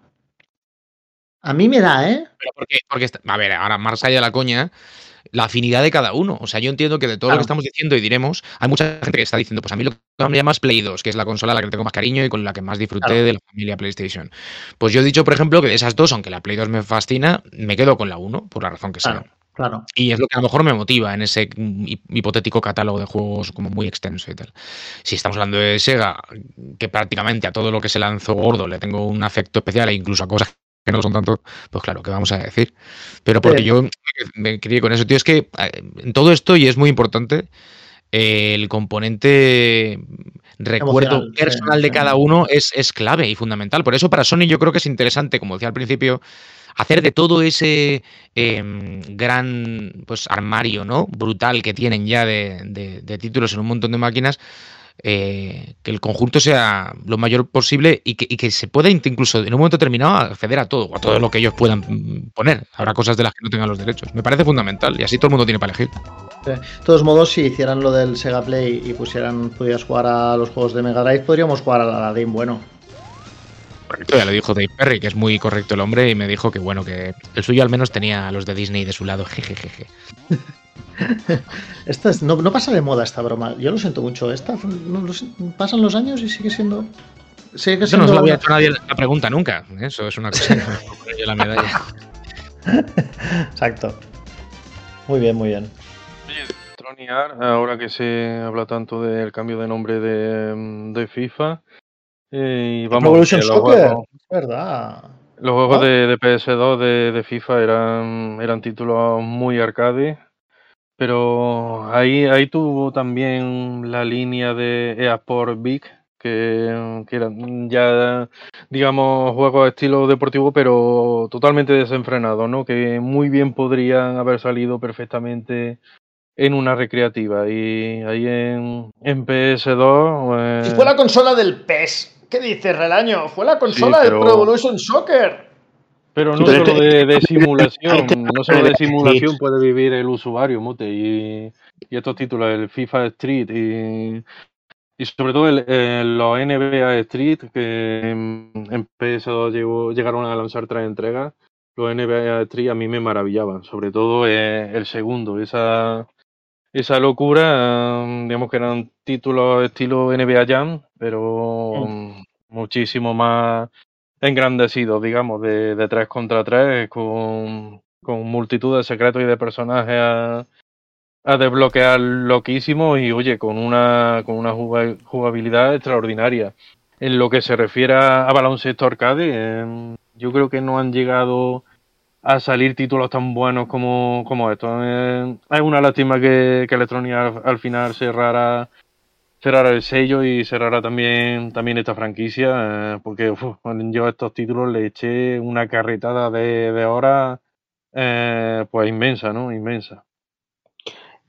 a mí me da, ¿eh? Pero porque, porque está- a ver, ahora más allá de la coña, la afinidad de cada uno. O sea, yo entiendo que de todo lo Claro. que estamos diciendo y diremos, hay mucha gente que está diciendo, pues a mí lo que me llama es Play dos, que es la consola a la que le tengo más cariño y con la que más disfruté Claro. de la familia PlayStation. Pues yo he dicho, por ejemplo, que de esas dos, aunque la Play dos me fascina, me quedo con la uno, por la razón que sea. Claro, claro. Y es lo que a lo mejor me motiva en ese mm, hip- hipotético catálogo de juegos como muy extenso y tal. Si estamos hablando de Sega, que prácticamente a todo lo que se lanzó gordo le tengo un afecto especial e incluso a cosas que no son tanto, pues claro, ¿qué vamos a decir? Pero porque Sí. yo me crié con eso, tío, es que eh, en todo esto, y es muy importante, eh, el componente recuerdo Emocional, sí, personal de sí. cada uno es, es clave y fundamental. Por eso para Sony yo creo que es interesante, como decía al principio, hacer de todo ese eh, gran pues armario, ¿no? Brutal que tienen ya de, de- de títulos en un montón de máquinas, eh, que el conjunto sea lo mayor posible y que, y que se pueda int- incluso en un momento determinado acceder a todo, a todo lo que ellos puedan mm, poner. Habrá cosas de las que no tengan los derechos. Me parece fundamental y así todo el mundo tiene para elegir. Sí. De todos modos, si hicieran lo del Sega Play y pusieran, pudieras jugar a los juegos de Mega Drive, podríamos jugar al Aladdin, bueno. Correcto, ya lo dijo Dave Perry, que es muy correcto el hombre, y me dijo que bueno, que el suyo al menos tenía a los de Disney de su lado. Jejejeje. Esta es- no, no pasa de moda esta broma. Yo lo siento mucho. Esta, no, lo sé, pasan los años y sigue siendo. Sigue Eso no siendo se lo había una- hecho nadie la pregunta nunca. Eso es una cosa que me puedo poner yo la medalla. Exacto. Muy bien, muy bien. Oye, Electronic Arts, ahora que se habla tanto del cambio de nombre de, de FIFA, eh, y Pro vamos, Evolution que los Soccer, juegos, es verdad. los juegos ¿No? de, de P S dos de, de FIFA eran, eran títulos muy arcade, pero ahí, ahí tuvo también la línea de E A Sport Big, que, que eran ya, digamos, juegos de estilo deportivo, pero totalmente desenfrenados, ¿no? Que muy bien podrían haber salido perfectamente en una recreativa. Y ahí en, en P S dos, Y eh, fue la consola del P E S. ¿Qué dices, Relaño? Fue la consola Sí, del pero- Pro Evolution Soccer. pero Sí, no pero solo este- de, de este- simulación, este- no solo de este- simulación puede vivir el usuario, Mote, y, y estos títulos, el FIFA Street y, y sobre todo el, el- los N B A Street, que en, en P S dos llegó- llegaron a lanzar tres entregas, los N B A Street a mí me maravillaban, sobre todo eh, el segundo, esa, esa locura, um, digamos que eran títulos estilo N B A Jam, pero um, muchísimo más engrandecidos, digamos, de, de tres contra tres, con, con multitud de secretos y de personajes a, a desbloquear loquísimos y, oye, con una, con una juga- jugabilidad extraordinaria. En lo que se refiere a, a baloncesto arcade, eh, yo creo que no han llegado a salir títulos tan buenos como, como estos. Eh, es una lástima que, que Electronic Arts al final cerrara cerrara el sello y cerrara también, también esta franquicia, eh, porque uf, yo a estos títulos le eché una carretada de, de horas, eh, pues inmensa, ¿no? Inmensa.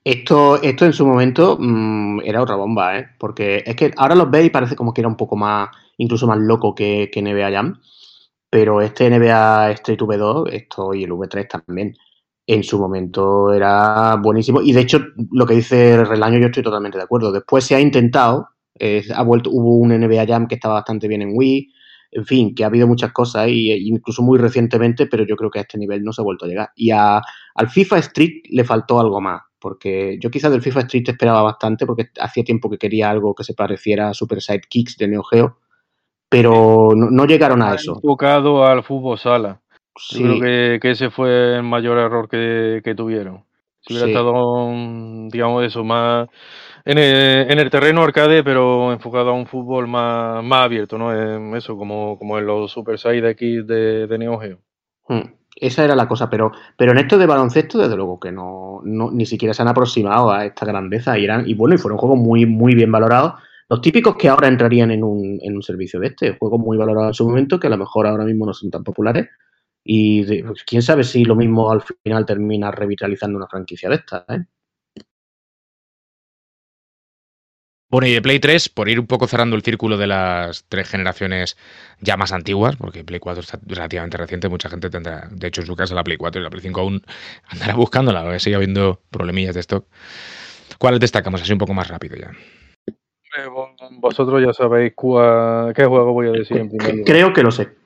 Esto, esto en su momento mmm, era otra bomba, ¿eh? Porque es que ahora los veis y parece como que era un poco más, incluso más loco que, que N B A Jam. Pero este N B A Street V dos, esto y el V tres también, en su momento era buenísimo. Y de hecho, lo que dice Relaño, yo estoy totalmente de acuerdo. Después se ha intentado, eh, ha vuelto, hubo un N B A Jam que estaba bastante bien en Wii. En fin, que ha habido muchas cosas y incluso muy recientemente, pero yo creo que a este nivel no se ha vuelto a llegar. Y a, al FIFA Street le faltó algo más, porque yo quizás del FIFA Street esperaba bastante, porque hacía tiempo que quería algo que se pareciera a Super Sidekicks de Neo Geo, pero no, no llegaron a eso. Enfocado al fútbol sala. Sí. Yo creo que, que ese fue el mayor error que, que tuvieron. Si hubiera Sí. estado, digamos, eso, más en el, en el terreno arcade, pero enfocado a un fútbol más, más abierto, ¿no? En eso, como, como en los Super Side X de, de Neo Geo. Hmm. Esa era la cosa, pero, pero en esto de baloncesto, desde luego que no, no ni siquiera se han aproximado a esta grandeza y eran, y bueno, y fueron juegos muy, muy bien valorados. Los típicos que ahora entrarían en un, en un servicio de este, juegos muy valorados en su momento, que a lo mejor ahora mismo no son tan populares. Y de, pues, quién sabe si lo mismo al final termina revitalizando una franquicia de estas, ¿eh? Bueno, y de Play tres, por ir un poco cerrando el círculo de las tres generaciones ya más antiguas, porque Play cuatro está relativamente reciente, mucha gente tendrá, de hecho, en su casa la Play cuatro y la Play cinco aún andará buscándola, porque sigue habiendo problemillas de stock. ¿Cuáles destacamos así un poco más rápido ya? Vosotros ya sabéis cuál, qué juego voy a decir en primer lugar. Creo que lo sé.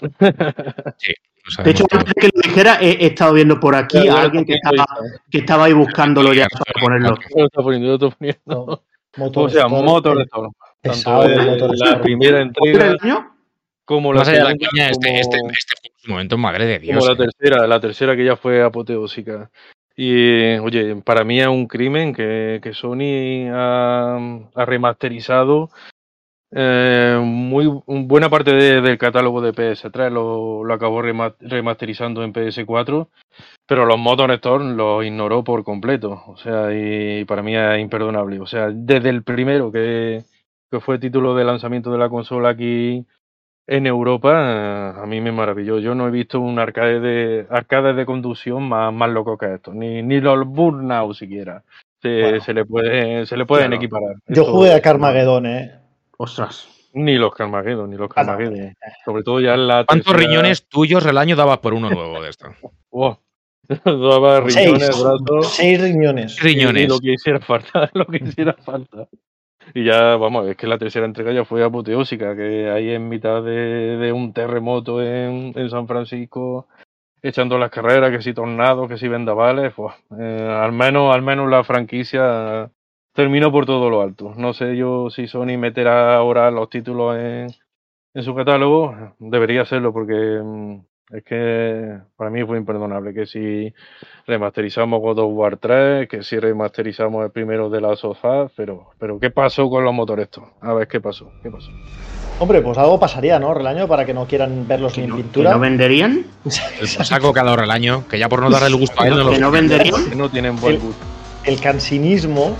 Sí. De hecho, antes de que lo dijera, he, he estado viendo por aquí ya, a alguien que estaba, que estaba ahí buscándolo ya para ponerlo. Yo lo estoy poniendo, yo lo estoy poniendo. No, o sea, Motor Storm. Tanto el el, Motor la Storm. primera entrega como la Más allá de la segunda, coña, este, como, este, este fue un momento, madre de Dios. como la eh. tercera, la tercera que ya fue apoteósica. Y, oye, para mí es un crimen que, que Sony ha, ha remasterizado eh, muy buena parte de, del catálogo de P S tres, lo, lo acabó rema, remasterizando en P S cuatro, pero los Motor Storm los ignoró por completo. O sea, y para mí es imperdonable. O sea, desde el primero, que, que fue título de lanzamiento de la consola aquí en Europa, a mí me maravilló. Yo no he visto un arcade de arcade de conducción más, más loco que esto, ni, ni los Burnout siquiera. Se, Bueno. se le puede, se le pueden Claro. equiparar. Yo Esto- jugué a Carmageddon, ¿eh? Ostras. Ni los Carmageddon, ni los Ah, no, Carmageddon. hombre. Sobre todo ya en la ¿Cuántos tercera- riñones tuyos al año dabas por uno nuevo de esto? Wow. Daba riñones, Seis. brazos. Seis riñones. Y, y Riñones. lo que hiciera falta, lo que hiciera falta. Y ya, vamos, es que la tercera entrega ya fue apoteósica, que ahí en mitad de, de un terremoto en, en San Francisco, echando las carreras, que si tornados, que si vendavales, pues, eh, al menos, al menos la franquicia terminó por todo lo alto. No sé yo si Sony meterá ahora los títulos en, en su catálogo, debería hacerlo porque mm, es que para mí fue imperdonable que si remasterizamos God of War tres, que si remasterizamos el primero de la sofá, pero, pero ¿qué pasó con los motores estos? A ver, ¿qué pasó? ¿Qué pasó? Hombre, pues algo pasaría, ¿no? Relaño, para que no quieran verlos ¿Que ni en no, que pintura. no venderían? El saco cada hora al año, que ya por no darle el gusto a él no ¿Que lo no venderían? Que no tienen buen El- gusto. El cansinismo.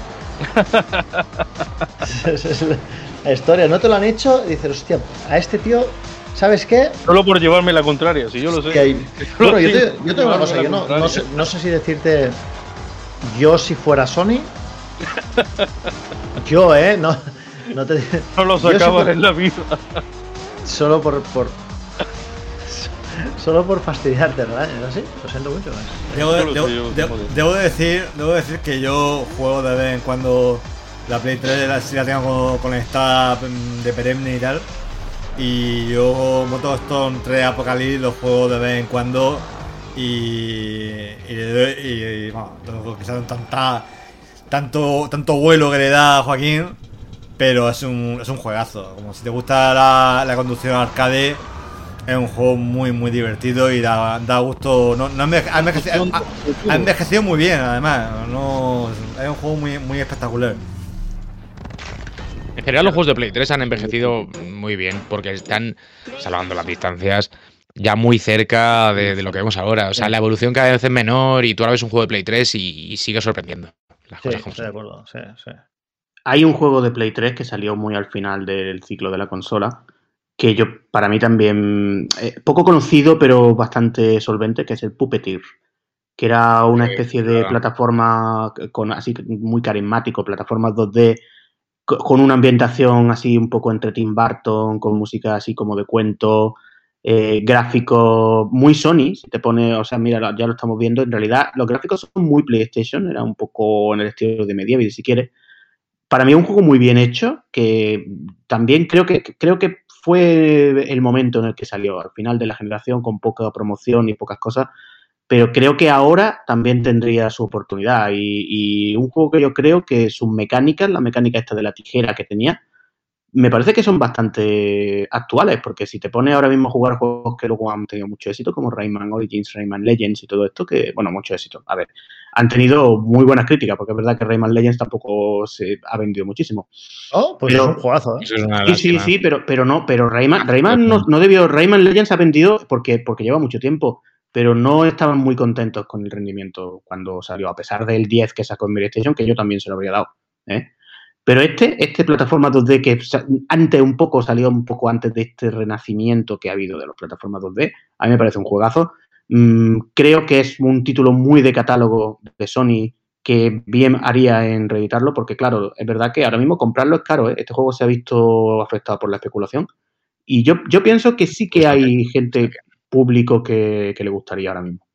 Esa es la historia. ¿No te lo han hecho? Dices, hostia, a este tío, ¿sabes qué? Solo por llevarme la contraria, si yo lo sé. Que hay- Solo Bueno, yo sí, te, yo te digo una llevarme cosa, la yo no, contraria. no sé, no sé si decirte yo si fuera Sony. Yo, ¿eh? No, no te No lo yo si sacaba fuera- en la vida. Solo por, por solo por fastidiarte, ¿verdad? ¿Es así? Lo siento mucho. Debo de, Yo lo debo- sé, yo lo debo- sé. debo de decir, debo de decir que yo juego de vez en cuando la Play tres, la, si la tengo conectada mm, de perenne y tal. Y yo Motor Storm tres Apocalypse los juego de vez en cuando. Y, y, le doy- y, y, bueno, tengo quizás tanta, tanto, tanto vuelo que le da a Joaquín. Pero es un, es un juegazo. Como si te gusta la, la conducción arcade, es un juego muy muy divertido y da, da gusto. No, no enveje- ha, envejecido, ha- ha envejecido muy bien, además. No, es un juego muy, muy espectacular. En general los juegos de Play tres han envejecido muy bien porque están, salvando las distancias, ya muy cerca de, de lo que vemos ahora. O sea, la evolución cada vez es menor y tú ahora ves un juego de Play tres y, y sigue sorprendiendo. Las Sí, cosas como estoy de son. acuerdo. Sí, sí. Hay un juego de Play tres que salió muy al final del ciclo de la consola, que yo, para mí también, eh, poco conocido, pero bastante solvente, que es el Puppeteer. que era una especie de plataforma con así muy carismático, plataformas dos D, con una ambientación así un poco entre Tim Burton, con música así como de cuento, eh, gráficos muy Sony, si te pone, o sea, mira, ya lo estamos viendo, en realidad los gráficos son muy PlayStation, era un poco en el estilo de Medieval, si quieres. Para mí es un juego muy bien hecho, que también creo que creo que fue el momento en el que salió, al final de la generación, con poca promoción y pocas cosas, pero creo que ahora también tendría su oportunidad. Y, y un juego que yo creo que sus mecánicas, la mecánica esta de la tijera que tenía, me parece que son bastante actuales, porque si te pones ahora mismo a jugar juegos que luego han tenido mucho éxito, como Rayman Origins, Rayman Legends y todo esto, que, bueno, mucho éxito. A ver, han tenido muy buenas críticas, porque es verdad que Rayman Legends tampoco se ha vendido muchísimo. Oh, pues pero, es un juegazo, ¿eh? Eso es una sí, sí, sí, pero, pero no, pero Rayman, Rayman no, no debió, Rayman Legends ha vendido porque, porque lleva mucho tiempo, pero no estaban muy contentos con el rendimiento cuando salió, a pesar del diez que sacó en PlayStation, que yo también se lo habría dado, ¿eh? Pero este, este plataforma dos D que antes un poco, salió un poco antes de este renacimiento que ha habido de las plataformas dos D, a mí me parece un juegazo. Mm, creo que es un título muy de catálogo de Sony que bien haría en reeditarlo, porque claro, es verdad que ahora mismo comprarlo es caro, ¿eh? Este juego se ha visto afectado por la especulación y yo, yo pienso que sí que hay gente, público que, que le gustaría ahora mismo.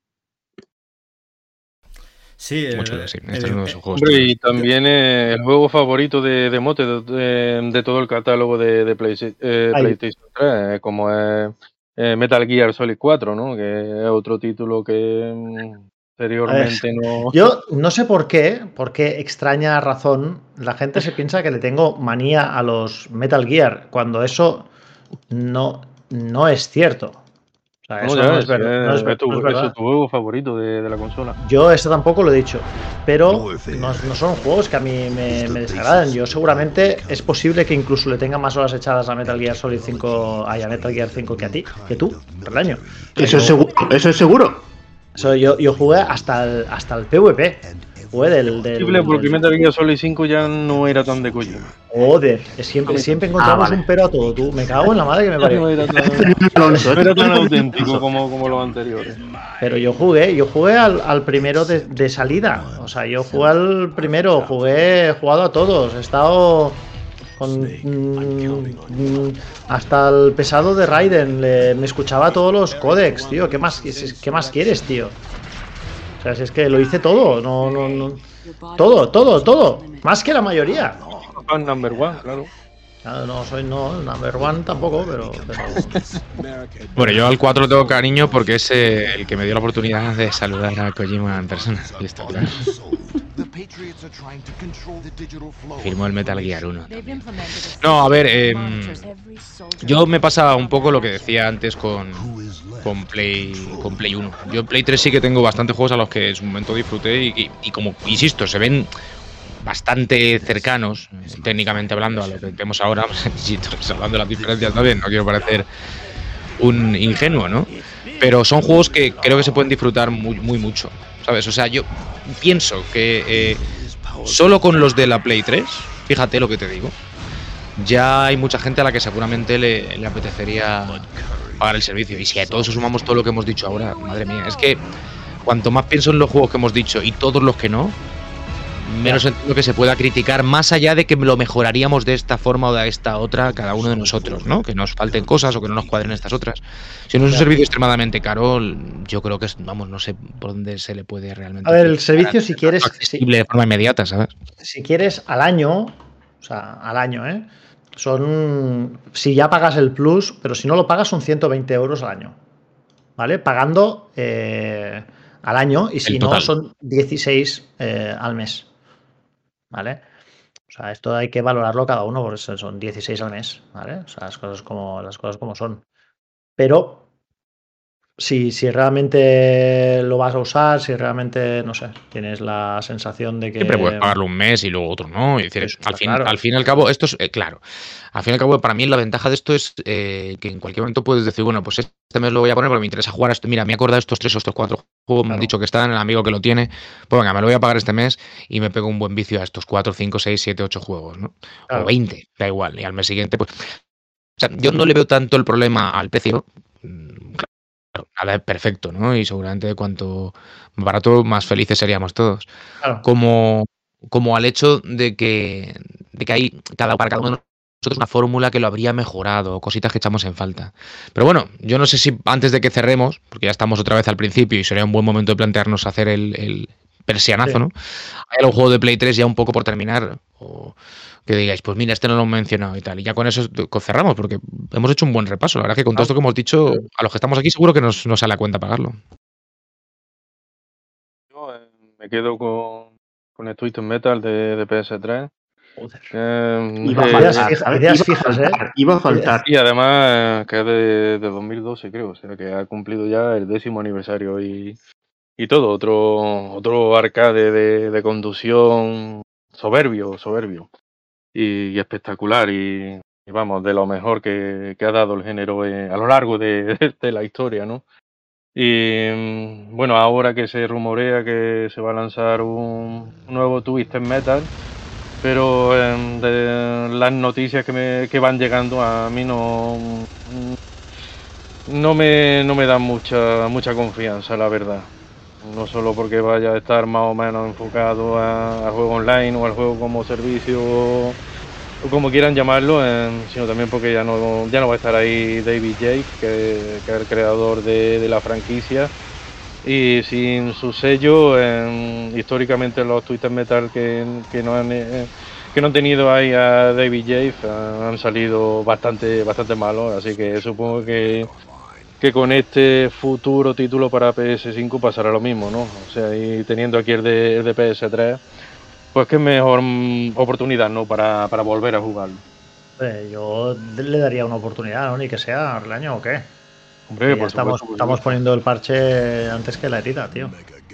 Sí, mucho de sí. Este es uno de esos juegos. Hombre, y también eh, el juego favorito de, de Mote de, de, de todo el catálogo de, de Play, eh, PlayStation tres, como es eh, Metal Gear Solid cuatro, ¿no? Que es otro título que anteriormente ver, no... Yo no sé por qué, por qué extraña razón, la gente se piensa que le tengo manía a los Metal Gear, cuando eso no, no es cierto. O sea, eso no, ya no es, es, ver, es, no es, es, tu, no es verdad. es tu juego favorito de, de la consola. Yo esto tampoco lo he dicho, pero no, no son juegos que a mí me, me desagradan. Yo seguramente es posible que incluso le tenga más horas echadas a Metal Gear Solid cinco, ay, a Metal Gear cinco que a ti, que tú, por el año. Pero eso es seguro, eso es seguro. Eso yo, yo jugué hasta el, hasta el P V P. Jugué del, del, Posible porque del... Metal Gear Solid cinco ya no era tan de coño. Joder, siempre, siempre encontramos ah, vale. un pero a todo, tú. Me cago en la madre que me parió. No era tan, no era tan auténtico como, como los anteriores. Pero yo jugué, yo jugué al, al primero de, de salida. O sea, yo jugué al primero, jugué, he jugado a todos. He estado con mmm, hasta el pesado de Raiden. Le, me escuchaba todos los códex, tío. ¿Qué más, qué más quieres, tío? O sea, si es que lo hice todo, no, no, no. Todo, todo, todo. Más que la mayoría. Fan number one, claro. No, no soy no, number one tampoco, pero, pero... Bueno, yo al cuatro le tengo cariño porque es eh, el que me dio la oportunidad de saludar a Kojima en persona. Listo, claro. Firmó el Metal Gear uno. No, a ver, eh, yo me pasa un poco lo que decía antes con, con, Play, con Play uno. Yo en Play tres sí que tengo bastantes juegos a los que en su momento disfruté y, y, y como, insisto, se ven bastante cercanos, técnicamente hablando, a lo que vemos ahora, hablando de las diferencias también, no quiero parecer un ingenuo, ¿no? Pero son juegos que creo que se pueden disfrutar muy, muy mucho, ¿sabes? O sea, yo pienso que eh, solo con los de la Play tres, fíjate lo que te digo, ya hay mucha gente a la que seguramente le, le apetecería pagar el servicio. Y si a todo eso sumamos todo lo que hemos dicho ahora, madre mía, es que cuanto más pienso en los juegos que hemos dicho y todos los que no, menos entiendo que se pueda criticar, más allá de que lo mejoraríamos de esta forma o de esta otra cada uno de nosotros, ¿no? Que nos falten cosas o que no nos cuadren estas otras. Si no es un servicio extremadamente caro, yo creo que es, vamos, no sé por dónde se le puede realmente... A ver, el servicio si quieres... accesible de forma inmediata, ¿sabes? Si quieres al año, o sea, al año, ¿eh? Son... Si ya pagas el plus, pero si no lo pagas son ciento veinte euros al año, ¿vale? Pagando eh, al año y si no son dieciséis eh, al mes. ¿Vale? O sea, esto hay que valorarlo cada uno, porque son dieciséis al mes, ¿vale? O sea, las cosas como, las cosas como son. Pero si, si realmente lo vas a usar, si realmente, no sé, tienes la sensación de que... Siempre puedes pagarlo un mes y luego otro no. Y decir, al, fin, claro. al fin y al cabo, esto es, eh, claro, al fin y al cabo, para mí la ventaja de esto es eh, que en cualquier momento puedes decir, bueno, pues este mes lo voy a poner porque me interesa jugar a esto. Mira, me he acordado de estos tres o estos cuatro juegos, me claro. han dicho que están, el amigo que lo tiene, pues venga, me lo voy a pagar este mes y me pego un buen vicio a estos cuatro, cinco, seis, siete, ocho juegos, ¿no? Claro. O veinte, da igual. Y al mes siguiente, pues... O sea, yo no le veo tanto el problema al precio. nada es perfecto, ¿no? Y seguramente cuanto más barato, más felices seríamos todos. Claro. Como, como al hecho de que, de que hay cada, para cada uno de nosotros una fórmula que lo habría mejorado, cositas que echamos en falta. Pero bueno, yo no sé si antes de que cerremos, porque ya estamos otra vez al principio y sería un buen momento de plantearnos hacer el, el persianazo, Sí. ¿no? Hay algún juego de Play tres ya un poco por terminar, o que digáis, pues mira, este no lo he mencionado y tal. Y ya con eso cerramos, porque hemos hecho un buen repaso. La verdad que con todo esto que hemos dicho, a los que estamos aquí seguro que nos, nos sale a cuenta pagarlo. Yo eh, me quedo con, con el Twisted Metal de, de P S tres. Joder. Eh, Iba a eh, Ideas, faltar, fija- ¿sabes? ideas Iba a fijas, ¿eh? faltar, iba a faltar. y además eh, que es de, de dos mil doce, creo, o sea que ha cumplido ya el décimo aniversario y, y todo, otro otro arcade de, de conducción soberbio, soberbio y, y espectacular y, y vamos, de lo mejor que, que ha dado el género eh, a lo largo de, de la historia, ¿no? Y mm, bueno, ahora que se rumorea que se va a lanzar un, un nuevo Twisted Metal, pero eh, de las noticias que, me, que van llegando a mí no no me, no me dan mucha mucha confianza, la verdad. No solo porque vaya a estar más o menos enfocado a- al juego online o al juego como servicio o, o como quieran llamarlo, eh, sino también porque ya no ya no va a estar ahí David Jake, que, que es el creador de, de la franquicia. Y sin su sello, eh, históricamente los Twisted Metal que, que no han eh, que no han tenido ahí a David Jaffe eh, han salido bastante bastante malos, así que supongo que, que con este futuro título para P S cinco pasará lo mismo, ¿no? O sea, y teniendo aquí el de, el de P S tres, pues qué mejor mm, oportunidad, ¿no? Para, para volver a jugarlo. Eh, yo le daría una oportunidad, ¿no? Ni que sea el año o qué. Hombre, Que ya por estamos, supuesto, por estamos supuesto. poniendo el parche antes que la herida, tío.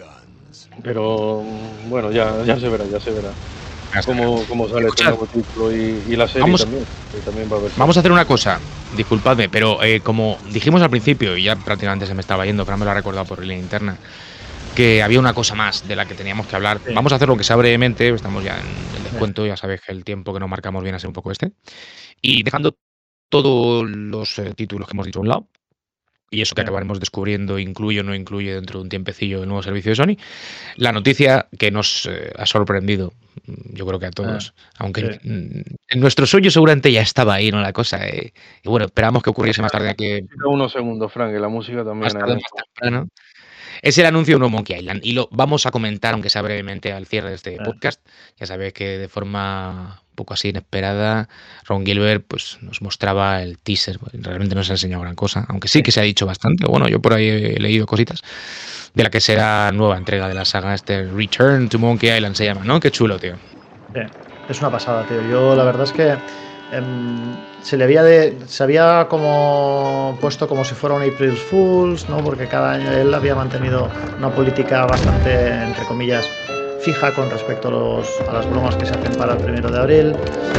Pero mm, bueno, ya, ya se verá, ya se verá. Ya está. Cómo, cómo sale este Escuchad, nuevo título y, y la serie Vamos- también, que también va a haber. Vamos a hacer una cosa, disculpadme, pero eh, como dijimos al principio, y ya prácticamente se me estaba yendo, Fran me lo ha recordado por línea interna, que había una cosa más de la que teníamos que hablar. Sí. Vamos a hacerlo que sea brevemente, estamos ya en el descuento, ya sabéis que el tiempo que nos marcamos viene a ser un poco este. Y dejando todos los eh, títulos que hemos dicho a un lado, y eso que Sí. acabaremos descubriendo incluye o no incluye dentro de un tiempecillo el nuevo servicio de Sony, la noticia que nos eh, ha sorprendido, mm, yo creo que a todos, aunque sí. mm, en nuestro sueño seguramente ya estaba ahí, ¿no? La cosa. eh, y bueno, esperamos que ocurriese más tarde que Espera unos segundos, Frank, que la música también más tarde, es. más temprano. Es el anuncio de un nuevo Monkey Island y lo vamos a comentar, aunque sea brevemente, al cierre de este Ah. podcast. Ya sabéis que de forma un poco así inesperada, Ron Gilbert pues, nos mostraba el teaser. Realmente no se ha enseñado gran cosa, aunque sí que se ha dicho bastante. Bueno, yo por ahí he leído cositas de la que será nueva entrega de la saga. Este Return to Monkey Island se llama, ¿no? Qué chulo, tío. Sí, es una pasada, tío. Yo la verdad es que em, se le había de, se había como puesto como si fuera un April Fools, ¿no? Porque cada año él había mantenido una política bastante, entre comillas, fija con respecto a, los, a las bromas que se hacen para el primero de abril.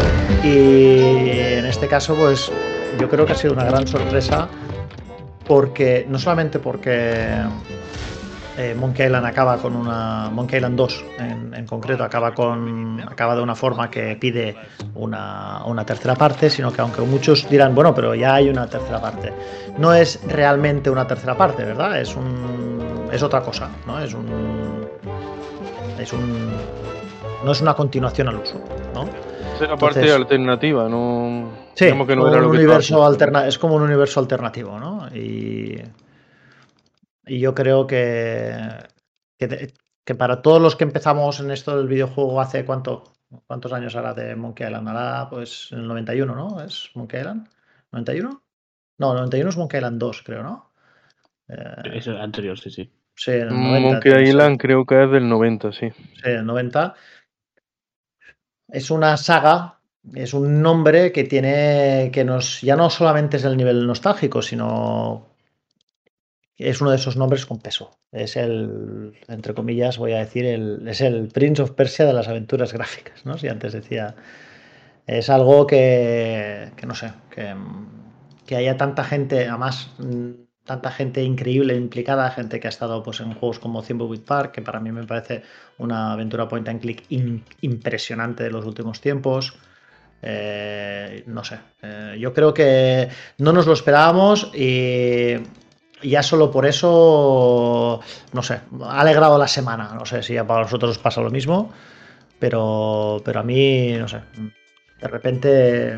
Y en este caso, pues yo creo que ha sido una gran sorpresa porque no solamente porque eh, Monkey Island acaba con una Monkey Island dos en, en concreto acaba con acaba de una forma que pide una, una tercera parte, sino que aunque muchos dirán bueno, pero ya hay una tercera parte, no es realmente una tercera parte, ¿verdad? Es un es otra cosa, ¿no? Es un es un no es una continuación al uso, ¿no? Es la parte Entonces- alternativa, no. Sí, digamos que no como era un lo que universo estaba alterna es como un universo alternativo, ¿no? Y, y yo creo que, que, de- que para todos los que empezamos en esto del videojuego hace cuánto, cuántos años hará de Monkey Island, hará pues en el noventa y uno, ¿no? ¿Es Monkey Island? ¿noventa y uno? No, noventa y uno es Monkey Island dos, creo, ¿no? Eh, Eso es anterior, sí, sí. sí, en el noventa. Monkey tiene que ser. Island creo que es del noventa, sí. Sí, en el noventa. Es una saga, es un nombre que tiene, que nos, ya no solamente es el nivel nostálgico, sino que es uno de esos nombres con peso. Es el, entre comillas, voy a decir, el, es el Prince of Persia de las aventuras gráficas, ¿no? Si antes decía, es algo que, que no sé, que, que haya tanta gente, además, mm, tanta gente increíble implicada, gente que ha estado pues, en juegos como Thimbleweed Park, que para mí me parece una aventura point and click in- impresionante de los últimos tiempos. Eh, no sé, eh, yo creo que no nos lo esperábamos y ya solo por eso, no sé, ha alegrado la semana. No sé si para vosotros os pasa lo mismo, pero, pero a mí, no sé, de repente...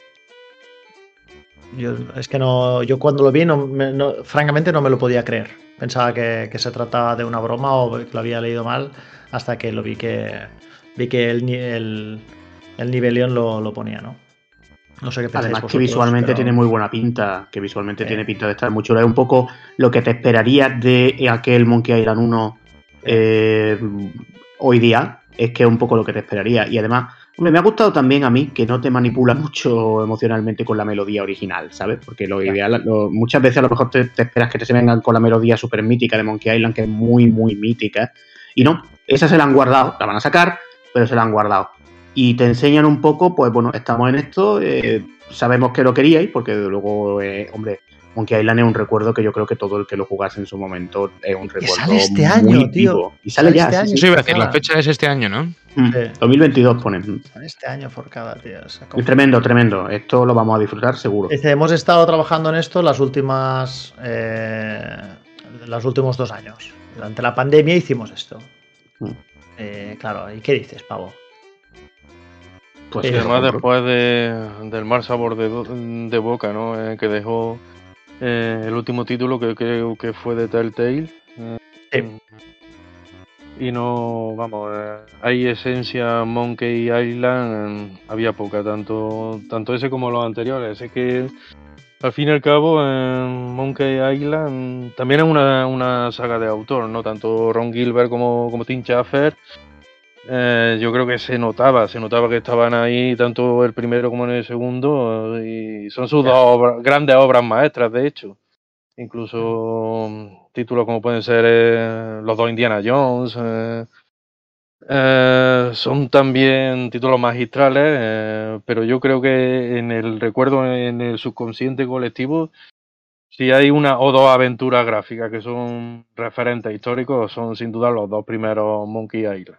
Yo, es que no, yo cuando lo vi, no, me, no, francamente no me lo podía creer. Pensaba que, que se trataba de una broma o que lo había leído mal hasta que lo vi que vi que el, el, el Nibelion lo, lo ponía, ¿no? No sé qué pensáis Además vosotros, que visualmente pero... tiene muy buena pinta, que visualmente Eh. tiene pinta de estar muy chulo. Es un poco lo que te esperarías de aquel Monkey Island uno eh, hoy día, es que es un poco lo que te esperaría. Y además, hombre, me ha gustado también a mí que no te manipula mucho emocionalmente con la melodía original, ¿sabes? Porque lo ideal, lo, muchas veces a lo mejor te, te esperas que te se vengan con la melodía súper mítica de Monkey Island, que es muy, muy mítica. Y no, esa se la han guardado, la van a sacar, pero se la han guardado. Y te enseñan un poco, pues bueno, estamos en esto, eh, sabemos que lo queríais, porque luego, eh, hombre, Monkey Island es un recuerdo que yo creo que todo el que lo jugase en su momento es un recuerdo sale este muy año, tío. vivo. Y sale, Sale ya. este sí, año. sí. Eso iba a decir, la fecha es este año, ¿no? Mm, Sí. dos mil veintidós ponen. Este año forcada, tío. O sea, Es tremendo, tremendo. Esto lo vamos a disfrutar seguro. Dice, hemos estado trabajando en esto las últimas eh, los últimos dos años. Durante la pandemia hicimos esto. Mm. Eh, claro, ¿y qué dices, pavo? Pues Eh, Y eso, además compro. después de, del mal sabor de, do- de boca, ¿no? Eh, que dejó eh, el último título que creo que fue de Telltale. Eh, Sí. Y no, vamos, eh, hay esencia Monkey Island, eh, había poca, tanto, tanto ese como los anteriores. Sé que al fin y al cabo eh, Monkey Island también es una, una saga de autor, ¿no? Tanto Ron Gilbert como, como Tim Schafer. Eh, yo creo que se notaba, se notaba que estaban ahí tanto el primero como en el segundo, eh, y son sus Ya. dos obras- grandes obras maestras, de hecho. Incluso mm, títulos como pueden ser eh, los dos Indiana Jones, eh, eh, son también títulos magistrales, eh, pero yo creo que en el recuerdo, en el subconsciente colectivo, si hay una o dos aventuras gráficas que son referentes históricos, son sin duda los dos primeros Monkey Island.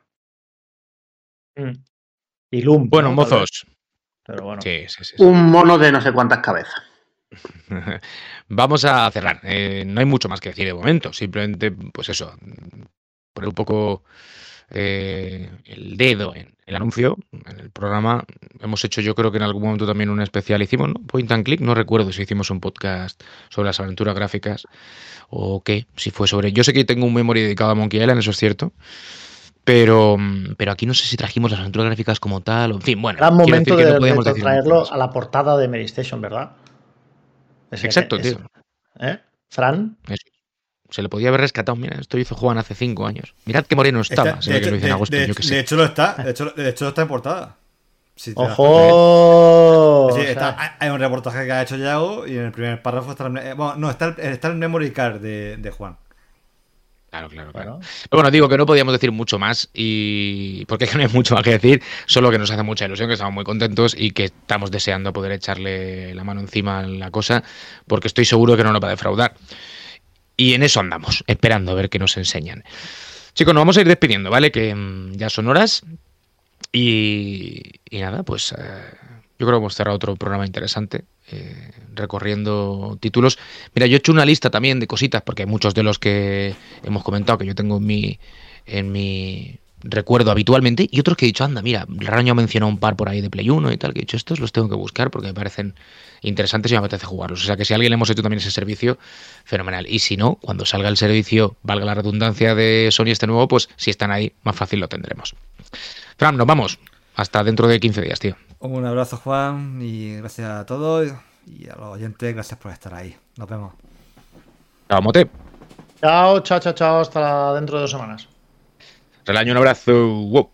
Mm. Y Loom. Bueno, ¿no? Tal vez. mozos. Pero bueno. Sí, sí, sí. sí. Un mono de no sé cuántas cabezas. Vamos a cerrar. Eh, no hay mucho más que decir de momento. Simplemente, pues eso, poner un poco eh, el dedo en el anuncio, en el programa. Hemos hecho, yo creo que en algún momento también un especial. Hicimos, ¿no? Point and Click. No recuerdo si hicimos un podcast sobre las aventuras gráficas o qué. Si fue sobre... Yo sé que tengo un memory dedicado a Monkey Island, eso es cierto. Pero, pero aquí no sé si trajimos las aventuras gráficas como tal. O, en fin, bueno. Gran quiero momento decir que de, no podíamos de decir traerlo mucho más. a la portada de Mary Station, ¿verdad? Ese- Exacto, ese- tío. ¿Eh? Fran, Eso. Se le podía haber rescatado. Mira, esto hizo Juan hace cinco años. Mirad qué moreno estaba. Está- se de, ve que hecho, lo hizo en de- agosto, de- yo qué de sé. hecho lo está, de hecho, de hecho está en portada. Si te das cuenta. ¡ojo! Sí, O sea, está- hay- hay un reportaje que ha hecho Yago y en el primer párrafo está el, eh, bueno, no, está el, está el memory card de, de Juan. Claro, claro, claro. Bueno. Pero bueno, digo que no podíamos decir mucho más y porque no hay mucho más que decir, solo que nos hace mucha ilusión, que estamos muy contentos y que estamos deseando poder echarle la mano encima a la cosa, porque estoy seguro que no nos va a defraudar. Y en eso andamos, esperando a ver qué nos enseñan. Chicos, nos vamos a ir despidiendo, ¿vale? Que mm, ya son horas y, y nada, pues eh, yo creo que hemos cerrado otro programa interesante, eh, recorriendo títulos. Mira, yo he hecho una lista también de cositas, porque hay muchos de los que hemos comentado que yo tengo en mi, en mi recuerdo habitualmente, y otros que he dicho, anda, mira, Raño ha mencionado un par por ahí de Play uno y tal, que he dicho, estos los tengo que buscar porque me parecen interesantes y me apetece jugarlos. O sea que si a alguien le hemos hecho también ese servicio, fenomenal. Y si no, cuando salga el servicio, valga la redundancia de Sony este nuevo, pues si están ahí, más fácil lo tendremos. Fran, nos vamos. Hasta dentro de quince días, tío. Un abrazo, Juan, y gracias a todos y a los oyentes, gracias por estar ahí. Nos vemos. Chao, Mote. Chao, chao, chao, chao. Hasta dentro de dos semanas. Relaño, un abrazo. Wow.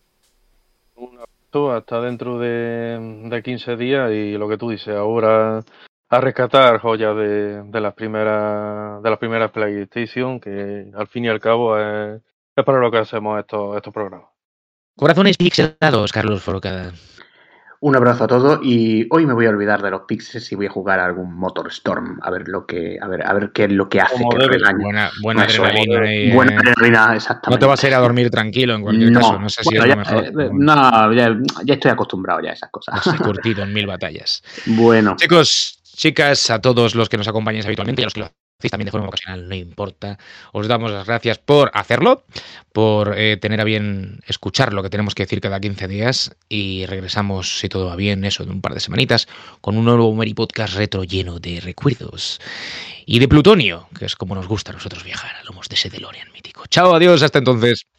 Un abrazo hasta dentro de, de quince días y lo que tú dices, ahora a rescatar joyas de, de las primeras de las primeras PlayStation, que al fin y al cabo es, es para lo que hacemos estos, estos programas. Corazones pixelados, Carlos Forcada. Un abrazo a todos y hoy me voy a olvidar de los pixels y voy a jugar a algún Motorstorm a ver lo que a ver a ver qué es lo que hace Como que debe. regañe. Buena, buena Eso, adrenalina. ahí, Buena eh. adrenalina, exactamente. No te vas a ir a dormir tranquilo en cualquier no, caso. No sé si bueno, es ya, lo mejor. eh, pero bueno, no, ya, ya estoy acostumbrado ya a esas cosas. has curtido en mil batallas. Bueno. Chicos, chicas, a todos los que nos acompañáis habitualmente y a los que lo también de forma ocasional, no importa. Os damos las gracias por hacerlo, por eh, tener a bien escuchar lo que tenemos que decir cada quince días y regresamos, si todo va bien, eso de un par de semanitas, con un nuevo Meri Podcast retro lleno de recuerdos y de plutonio, que es como nos gusta a nosotros viajar, a lomos de ese DeLorean mítico. Chao, adiós, hasta entonces.